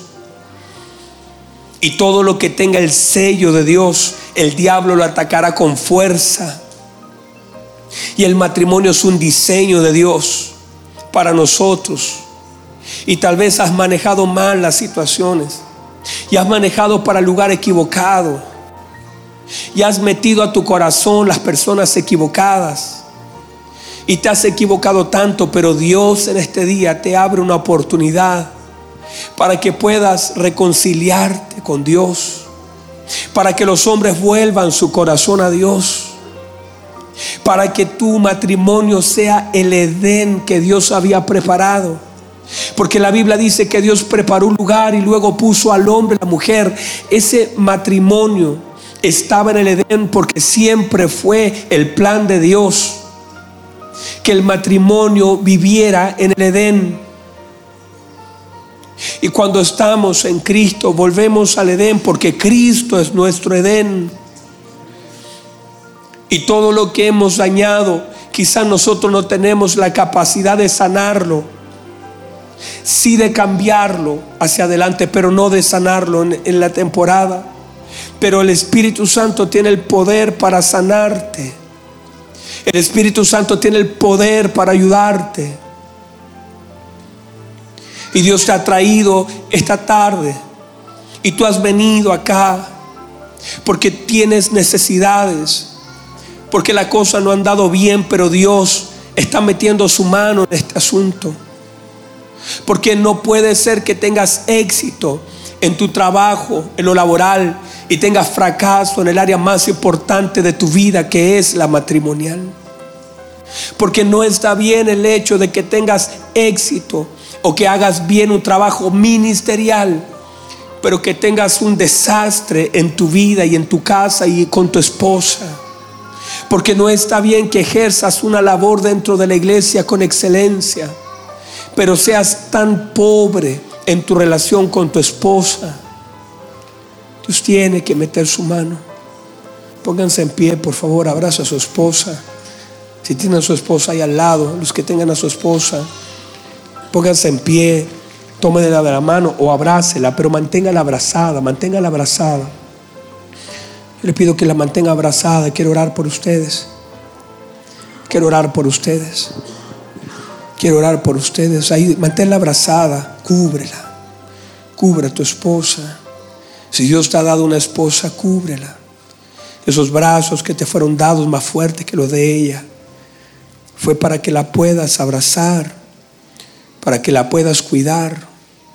Y todo lo que tenga el sello de Dios, el diablo lo atacará con fuerza. Y el matrimonio es un diseño de Dios para nosotros. Y tal vez has manejado mal las situaciones, y has manejado para el lugar equivocado, y has metido a tu corazón las personas equivocadas, y te has equivocado tanto. Pero Dios en este día te abre una oportunidad para que puedas reconciliarte con Dios, para que los hombres vuelvan su corazón a Dios, para que tu matrimonio sea el Edén que Dios había preparado. Porque la Biblia dice que Dios preparó un lugar y luego puso al hombre y la mujer. Ese matrimonio estaba en el Edén porque siempre fue el plan de Dios que el matrimonio viviera en el Edén. Y cuando estamos en Cristo, volvemos al Edén, porque Cristo es nuestro Edén. Y todo lo que hemos dañado, quizás nosotros no tenemos la capacidad de sanarlo, sí de cambiarlo hacia adelante, pero no de sanarlo en la temporada. Pero el Espíritu Santo tiene el poder para sanarte. El Espíritu Santo tiene el poder para ayudarte. Y Dios te ha traído esta tarde, y tú has venido acá porque tienes necesidades, porque la cosa no ha andado bien, pero Dios está metiendo su mano en este asunto. Porque no puede ser que tengas éxito en tu trabajo, en lo laboral, y tengas fracaso en el área más importante de tu vida, que es la matrimonial. Porque no está bien el hecho de que tengas éxito o que hagas bien un trabajo ministerial, pero que tengas un desastre en tu vida y en tu casa y con tu esposa. Porque no está bien que ejerzas una labor dentro de la iglesia con excelencia, pero seas tan pobre en tu relación con tu esposa. Dios tiene que meter su mano. Pónganse en pie, por favor. Abraza a su esposa. Si tienen a su esposa ahí al lado, los que tengan a su esposa, pónganse en pie, tómenla de la mano o abrácela, pero manténgala abrazada, manténgala abrazada. Yo le pido que la mantenga abrazada. Quiero orar por ustedes. Quiero orar por ustedes. Quiero orar por ustedes. Ahí, manténla abrazada, cúbrela. Cubre a tu esposa. Si Dios te ha dado una esposa, cúbrela. Esos brazos que te fueron dados más fuertes que los de ella, fue para que la puedas abrazar, para que la puedas cuidar,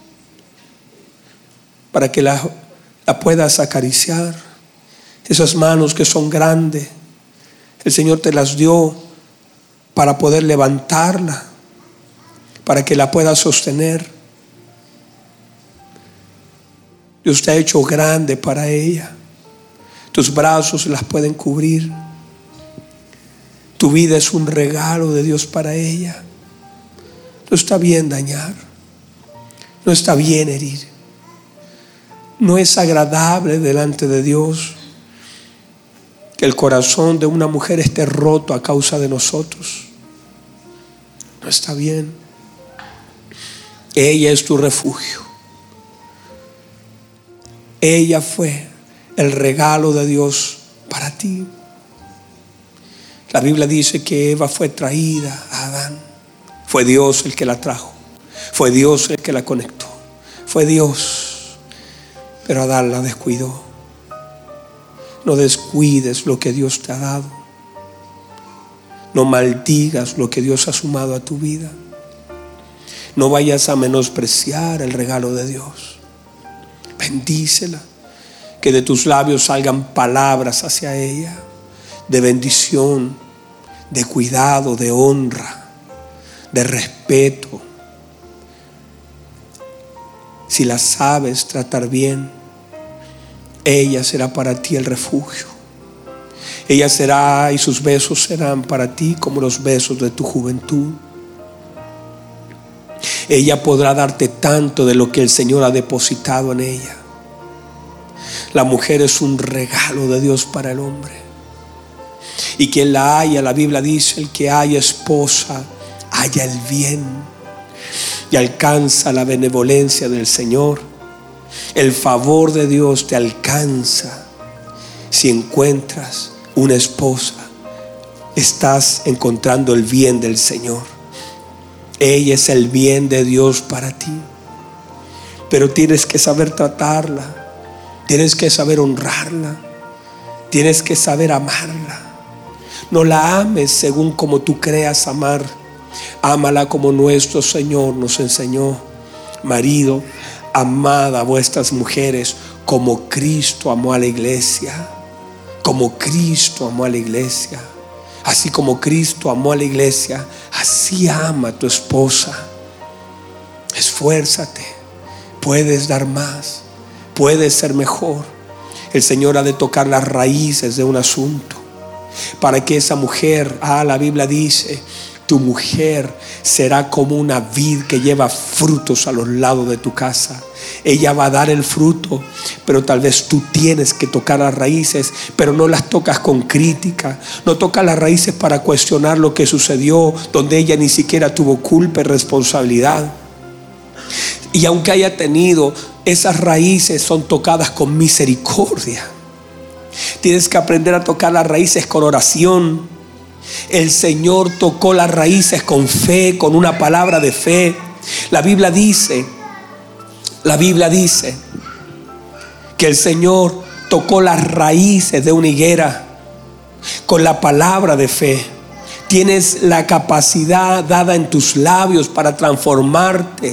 para que la puedas acariciar. Esas manos que son grandes, el Señor te las dio para poder levantarla, para que la puedas sostener. Dios te ha hecho grande para ella. Tus brazos las pueden cubrir. Tu vida es un regalo de Dios para ella. No está bien dañar. No está bien herir. No es agradable delante de Dios que el corazón de una mujer esté roto a causa de nosotros. No está bien. Ella es tu refugio. Ella fue el regalo de Dios para ti. La Biblia dice que Eva fue traída a Adán. Fue Dios el que la trajo. Fue Dios el que la conectó. Fue Dios. Pero Adán la descuidó. No descuides lo que Dios te ha dado. No maldigas lo que Dios ha sumado a tu vida. No vayas a menospreciar el regalo de Dios. Bendícela. Que de tus labios salgan palabras hacia ella de bendición, de cuidado, de honra, de respeto. Si la sabes tratar bien, ella será para ti el refugio. Ella será, y sus besos serán para ti como los besos de tu juventud. Ella podrá darte tanto de lo que el Señor ha depositado en ella. La mujer es un regalo de Dios para el hombre. Y quien la haya, la Biblia dice, el que haya esposa, haya el bien y alcanza la benevolencia del Señor. El favor de Dios te alcanza. Si encuentras una esposa, estás encontrando el bien del Señor. Ella es el bien de Dios para ti. Pero tienes que saber tratarla. Tienes que saber honrarla. Tienes que saber amarla. No la ames según como tú creas amar. Ámala como nuestro Señor nos enseñó. Marido, amad a vuestras mujeres como Cristo amó a la iglesia. Como Cristo amó a la iglesia. Así como Cristo amó a la iglesia, así ama a tu esposa. Esfuérzate. Puedes dar más. Puedes ser mejor. El Señor ha de tocar las raíces de un asunto para que esa mujer, la Biblia dice, tu mujer será como una vid que lleva frutos a los lados de tu casa. Ella va a dar el fruto, pero tal vez tú tienes que tocar las raíces, pero no las tocas con crítica. No tocas las raíces para cuestionar lo que sucedió, donde ella ni siquiera tuvo culpa y responsabilidad. Y aunque haya tenido, esas raíces son tocadas con misericordia. Tienes que aprender a tocar las raíces con oración. El Señor tocó las raíces con fe, con una palabra de fe. La Biblia dice que el Señor tocó las raíces de una higuera con la palabra de fe. Tienes la capacidad dada en tus labios para transformarte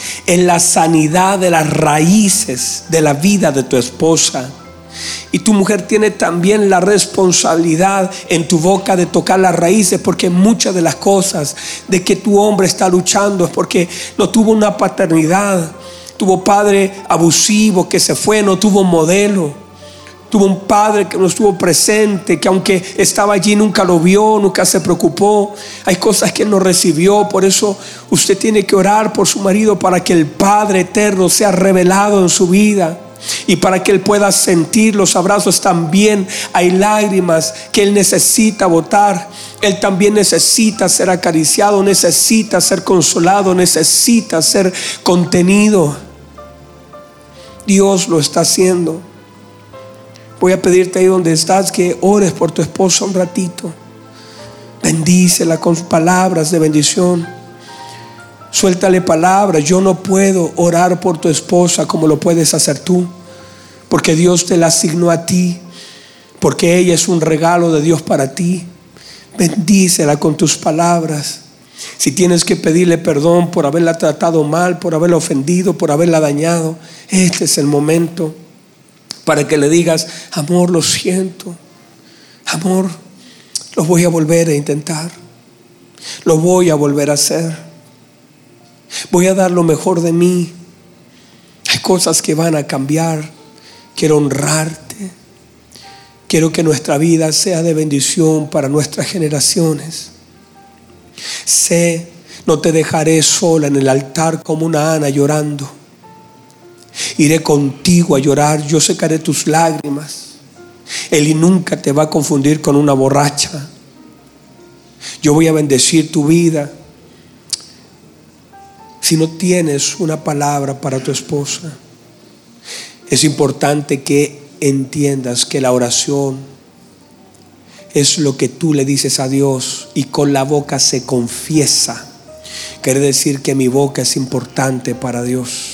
en la sanidad de las raíces de la vida de tu esposa. Y tu mujer tiene también la responsabilidad en tu boca de tocar las raíces, porque muchas de las cosas de que tu hombre está luchando es porque no tuvo una paternidad, tuvo padre abusivo que se fue, no tuvo modelo, tuvo un padre que no estuvo presente, que aunque estaba allí nunca lo vio, nunca se preocupó. Hay cosas que él no recibió. Por eso usted tiene que orar por su marido, para que el Padre eterno sea revelado en su vida y para que él pueda sentir los abrazos. También hay lágrimas que él necesita botar. Él también necesita ser acariciado, necesita ser consolado, necesita ser contenido. Dios lo está haciendo. Voy a pedirte ahí donde estás que ores por tu esposa un ratito. Bendícela con palabras de bendición. Suéltale palabras. Yo no puedo orar por tu esposa como lo puedes hacer tú, porque Dios te la asignó a ti, porque ella es un regalo de Dios para ti. Bendícela con tus palabras. Si tienes que pedirle perdón por haberla tratado mal, por haberla ofendido, por haberla dañado, este es el momento para que le digas: amor, lo siento. Amor, lo voy a volver a intentar. Lo voy a volver a hacer. Voy a dar lo mejor de mí. Hay cosas que van a cambiar. Quiero honrarte. Quiero que nuestra vida sea de bendición para nuestras generaciones. Sé, no te dejaré sola en el altar como una Ana llorando. Iré contigo a llorar. Yo secaré tus lágrimas. Él nunca te va a confundir con una borracha. Yo voy a bendecir tu vida. Si no tienes una palabra para tu esposa, es importante que entiendas que la oración es lo que tú le dices a Dios, y con la boca se confiesa. Quiere decir que mi boca es importante para Dios.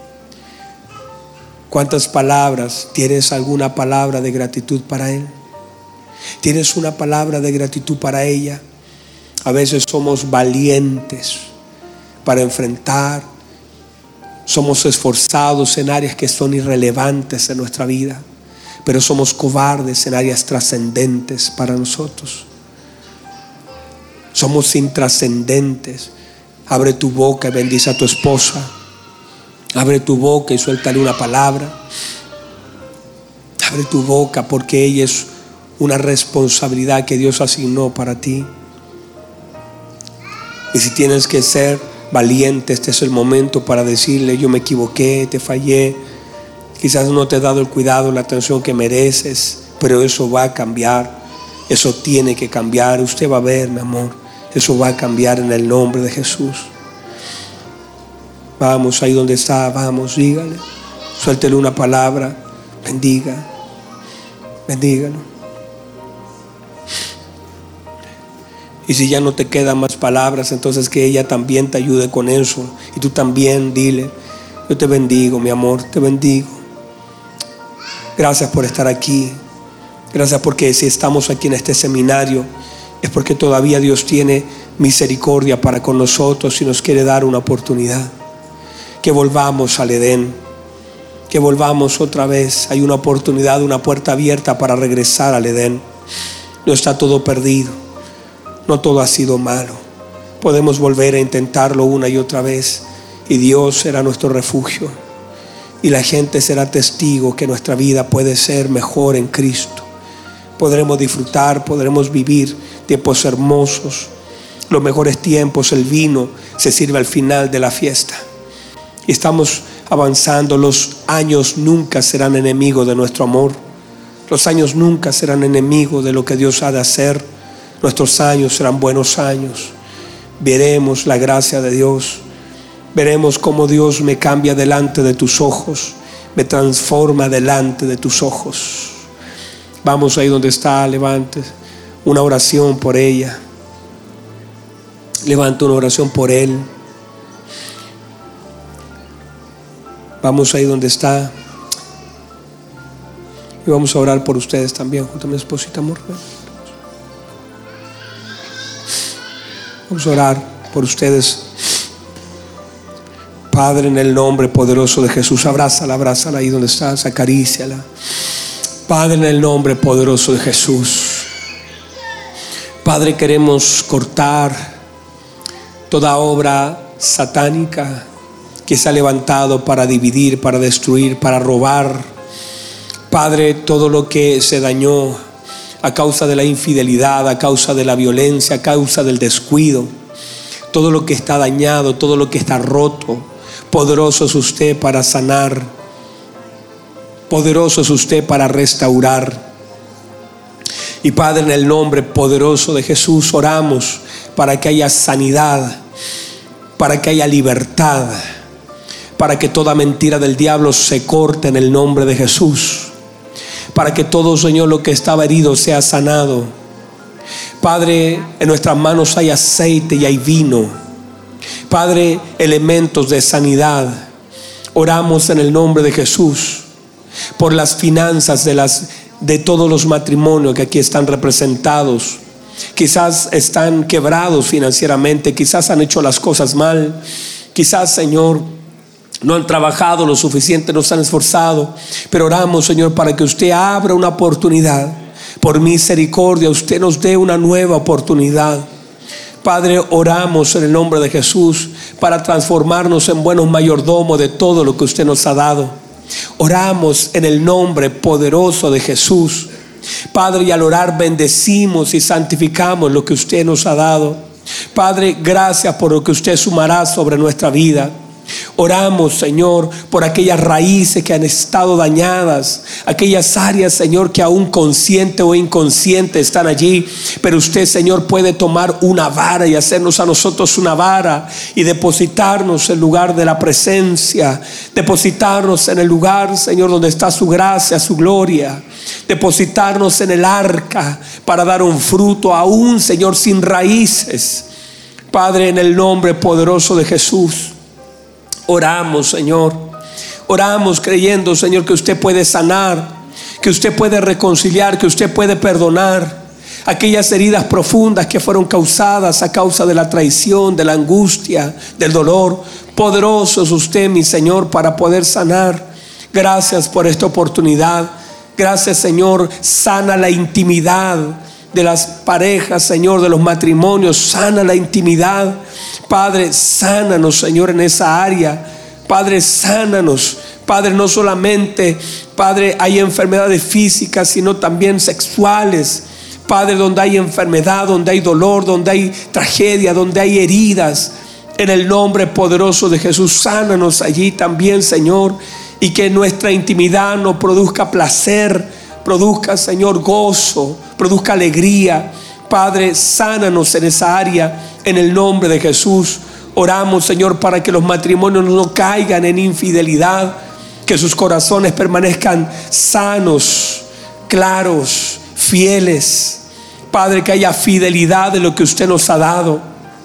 ¿Cuántas palabras? ¿Tienes alguna palabra de gratitud para Él? ¿Tienes una palabra de gratitud para ella? A veces somos valientes para enfrentar, somos esforzados en áreas que son irrelevantes en nuestra vida, pero somos cobardes en áreas trascendentes para nosotros. Somos intrascendentes. Abre tu boca y bendice a tu esposa. Abre tu boca y suéltale una palabra. Abre tu boca, porque ella es una responsabilidad que Dios asignó para ti. Y si tienes que ser valiente, este es el momento para decirle: yo me equivoqué, te fallé. Quizás no te he dado el cuidado, la atención que mereces, pero eso va a cambiar. Eso tiene que cambiar. Usted va a ver, mi amor, eso va a cambiar en el nombre de Jesús. Vamos, ahí donde está, vamos, dígale, suéltele una palabra, bendígalo. Y si ya no te quedan más palabras, entonces que ella también te ayude con eso. Y tú también dile: yo te bendigo, mi amor, te bendigo. Gracias por estar aquí. Gracias porque si estamos aquí en este seminario es porque todavía Dios tiene misericordia para con nosotros y nos quiere dar una oportunidad. Que volvamos al Edén, que volvamos otra vez. Hay una oportunidad, una puerta abierta para regresar al Edén. No está todo perdido, no todo ha sido malo. Podemos volver a intentarlo una y otra vez, y Dios será nuestro refugio, y la gente será testigo que nuestra vida puede ser mejor en Cristo. Podremos disfrutar, podremos vivir tiempos hermosos. Los mejores tiempos, el vino se sirve al final de la fiesta. Y estamos avanzando. Los años nunca serán enemigos de nuestro amor. Los años nunca serán enemigos de lo que Dios ha de hacer. Nuestros años serán buenos años. Veremos la gracia de Dios. Veremos cómo Dios me cambia delante de tus ojos, me transforma delante de tus ojos. Vamos ahí donde está, levante una oración por ella. Levanta una oración por él. Vamos ahí donde está. Y vamos a orar por ustedes también, junto a mi esposita, amor. Vamos a orar por ustedes, Padre, en el nombre poderoso de Jesús, abrázala ahí donde estás, acaríciala. Padre, en el nombre poderoso de Jesús, Padre, queremos cortar toda obra satánica que se ha levantado para dividir, para destruir, para robar. Padre, todo lo que se dañó a causa de la infidelidad, a causa de la violencia, a causa del descuido, todo lo que está dañado, todo lo que está roto, poderoso es usted para sanar, poderoso es usted para restaurar. Y Padre, en el nombre poderoso de Jesús oramos para que haya sanidad, para que haya libertad, para que toda mentira del diablo se corte en el nombre de Jesús, para que todo, Señor, lo que estaba herido sea sanado. Padre, en nuestras manos hay aceite y hay vino. Padre, elementos de sanidad. Oramos en el nombre de Jesús por las finanzas de todos los matrimonios que aquí están representados. Quizás están quebrados financieramente, quizás han hecho las cosas mal, quizás, Señor, no han trabajado lo suficiente, no se han esforzado, pero oramos, Señor, para que usted abra una oportunidad. Por misericordia, usted nos dé una nueva oportunidad. Padre, oramos en el nombre de Jesús para transformarnos en buenos mayordomos de todo lo que usted nos ha dado. Oramos en el nombre poderoso de Jesús, Padre, y al orar bendecimos y santificamos lo que usted nos ha dado. Padre, gracias por lo que usted sumará sobre nuestra vida. Oramos, Señor, por aquellas raíces que han estado dañadas, aquellas áreas, Señor, que aún consciente o inconsciente están allí, pero usted, Señor, puede tomar una vara y hacernos a nosotros una vara y depositarnos en el lugar de la presencia, depositarnos en el lugar, Señor, donde está su gracia, su gloria, depositarnos en el arca para dar un fruto aún, Señor, sin raíces. Padre, en el nombre poderoso de Jesús, oramos, Señor. Oramos creyendo, Señor, que usted puede sanar, que usted puede reconciliar, que usted puede perdonar aquellas heridas profundas que fueron causadas a causa de la traición, de la angustia, del dolor. Poderoso es usted, mi Señor, para poder sanar. Gracias por esta oportunidad. Gracias, Señor. Sana la intimidad de las parejas, Señor, de los matrimonios. Sana la intimidad. Padre, sánanos, Señor, en esa área. Padre, sánanos. Padre, no solamente, Padre, hay enfermedades físicas, sino también sexuales. Padre, donde hay enfermedad, donde hay dolor, donde hay tragedia, donde hay heridas, en el nombre poderoso de Jesús, sánanos allí también, Señor. Y que nuestra intimidad no produzca placer, produzca, Señor, gozo, produzca alegría. Padre, sánanos en esa área, en el nombre de Jesús. Oramos, Señor, para que los matrimonios no caigan en infidelidad, que sus corazones permanezcan sanos, claros, fieles. Padre, que haya fidelidad de lo que usted nos ha dado,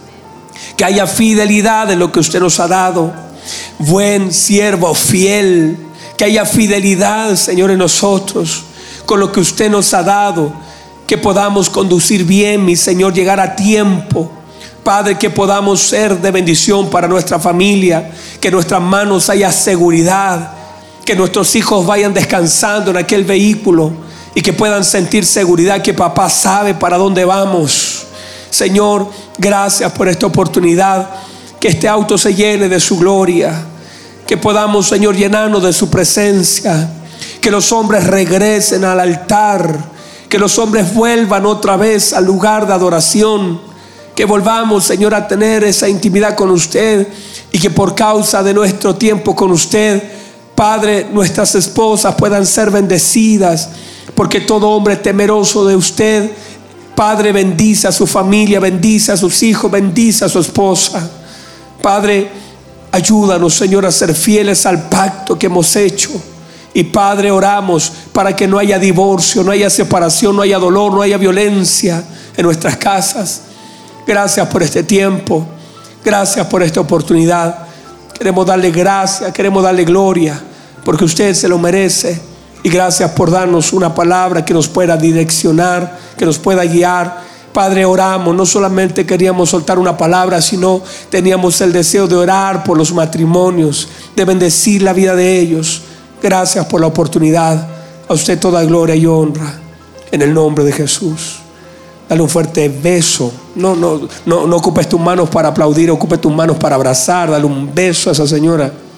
que haya fidelidad de lo que usted nos ha dado. Buen siervo, fiel, que haya fidelidad, Señor, en nosotros con lo que usted nos ha dado, que podamos conducir bien, mi Señor, llegar a tiempo. Padre, que podamos ser de bendición para nuestra familia, que en nuestras manos haya seguridad, que nuestros hijos vayan descansando en aquel vehículo y que puedan sentir seguridad, que papá sabe para dónde vamos. Señor, gracias por esta oportunidad, que este auto se llene de su gloria, que podamos, Señor, llenarnos de su presencia, que los hombres regresen al altar, que los hombres vuelvan otra vez al lugar de adoración, que volvamos, Señor, a tener esa intimidad con usted, y que por causa de nuestro tiempo con usted, Padre, nuestras esposas puedan ser bendecidas, porque todo hombre temeroso de usted, Padre, bendice a su familia, bendice a sus hijos, bendice a su esposa. Padre, ayúdanos, Señor, a ser fieles al pacto que hemos hecho. Y Padre, oramos para que no haya divorcio, no haya separación, no haya dolor, no haya violencia en nuestras casas. Gracias por este tiempo, gracias por esta oportunidad. Queremos darle gracias, queremos darle gloria, porque usted se lo merece. Y gracias por darnos una palabra que nos pueda direccionar, que nos pueda guiar. Padre, oramos, no solamente queríamos soltar una palabra, sino teníamos el deseo de orar por los matrimonios, de bendecir la vida de ellos. Gracias por la oportunidad. A usted toda gloria y honra, en el nombre de Jesús. Dale un fuerte beso. No ocupes tus manos para aplaudir, ocupes tus manos para abrazar. Dale un beso a esa señora.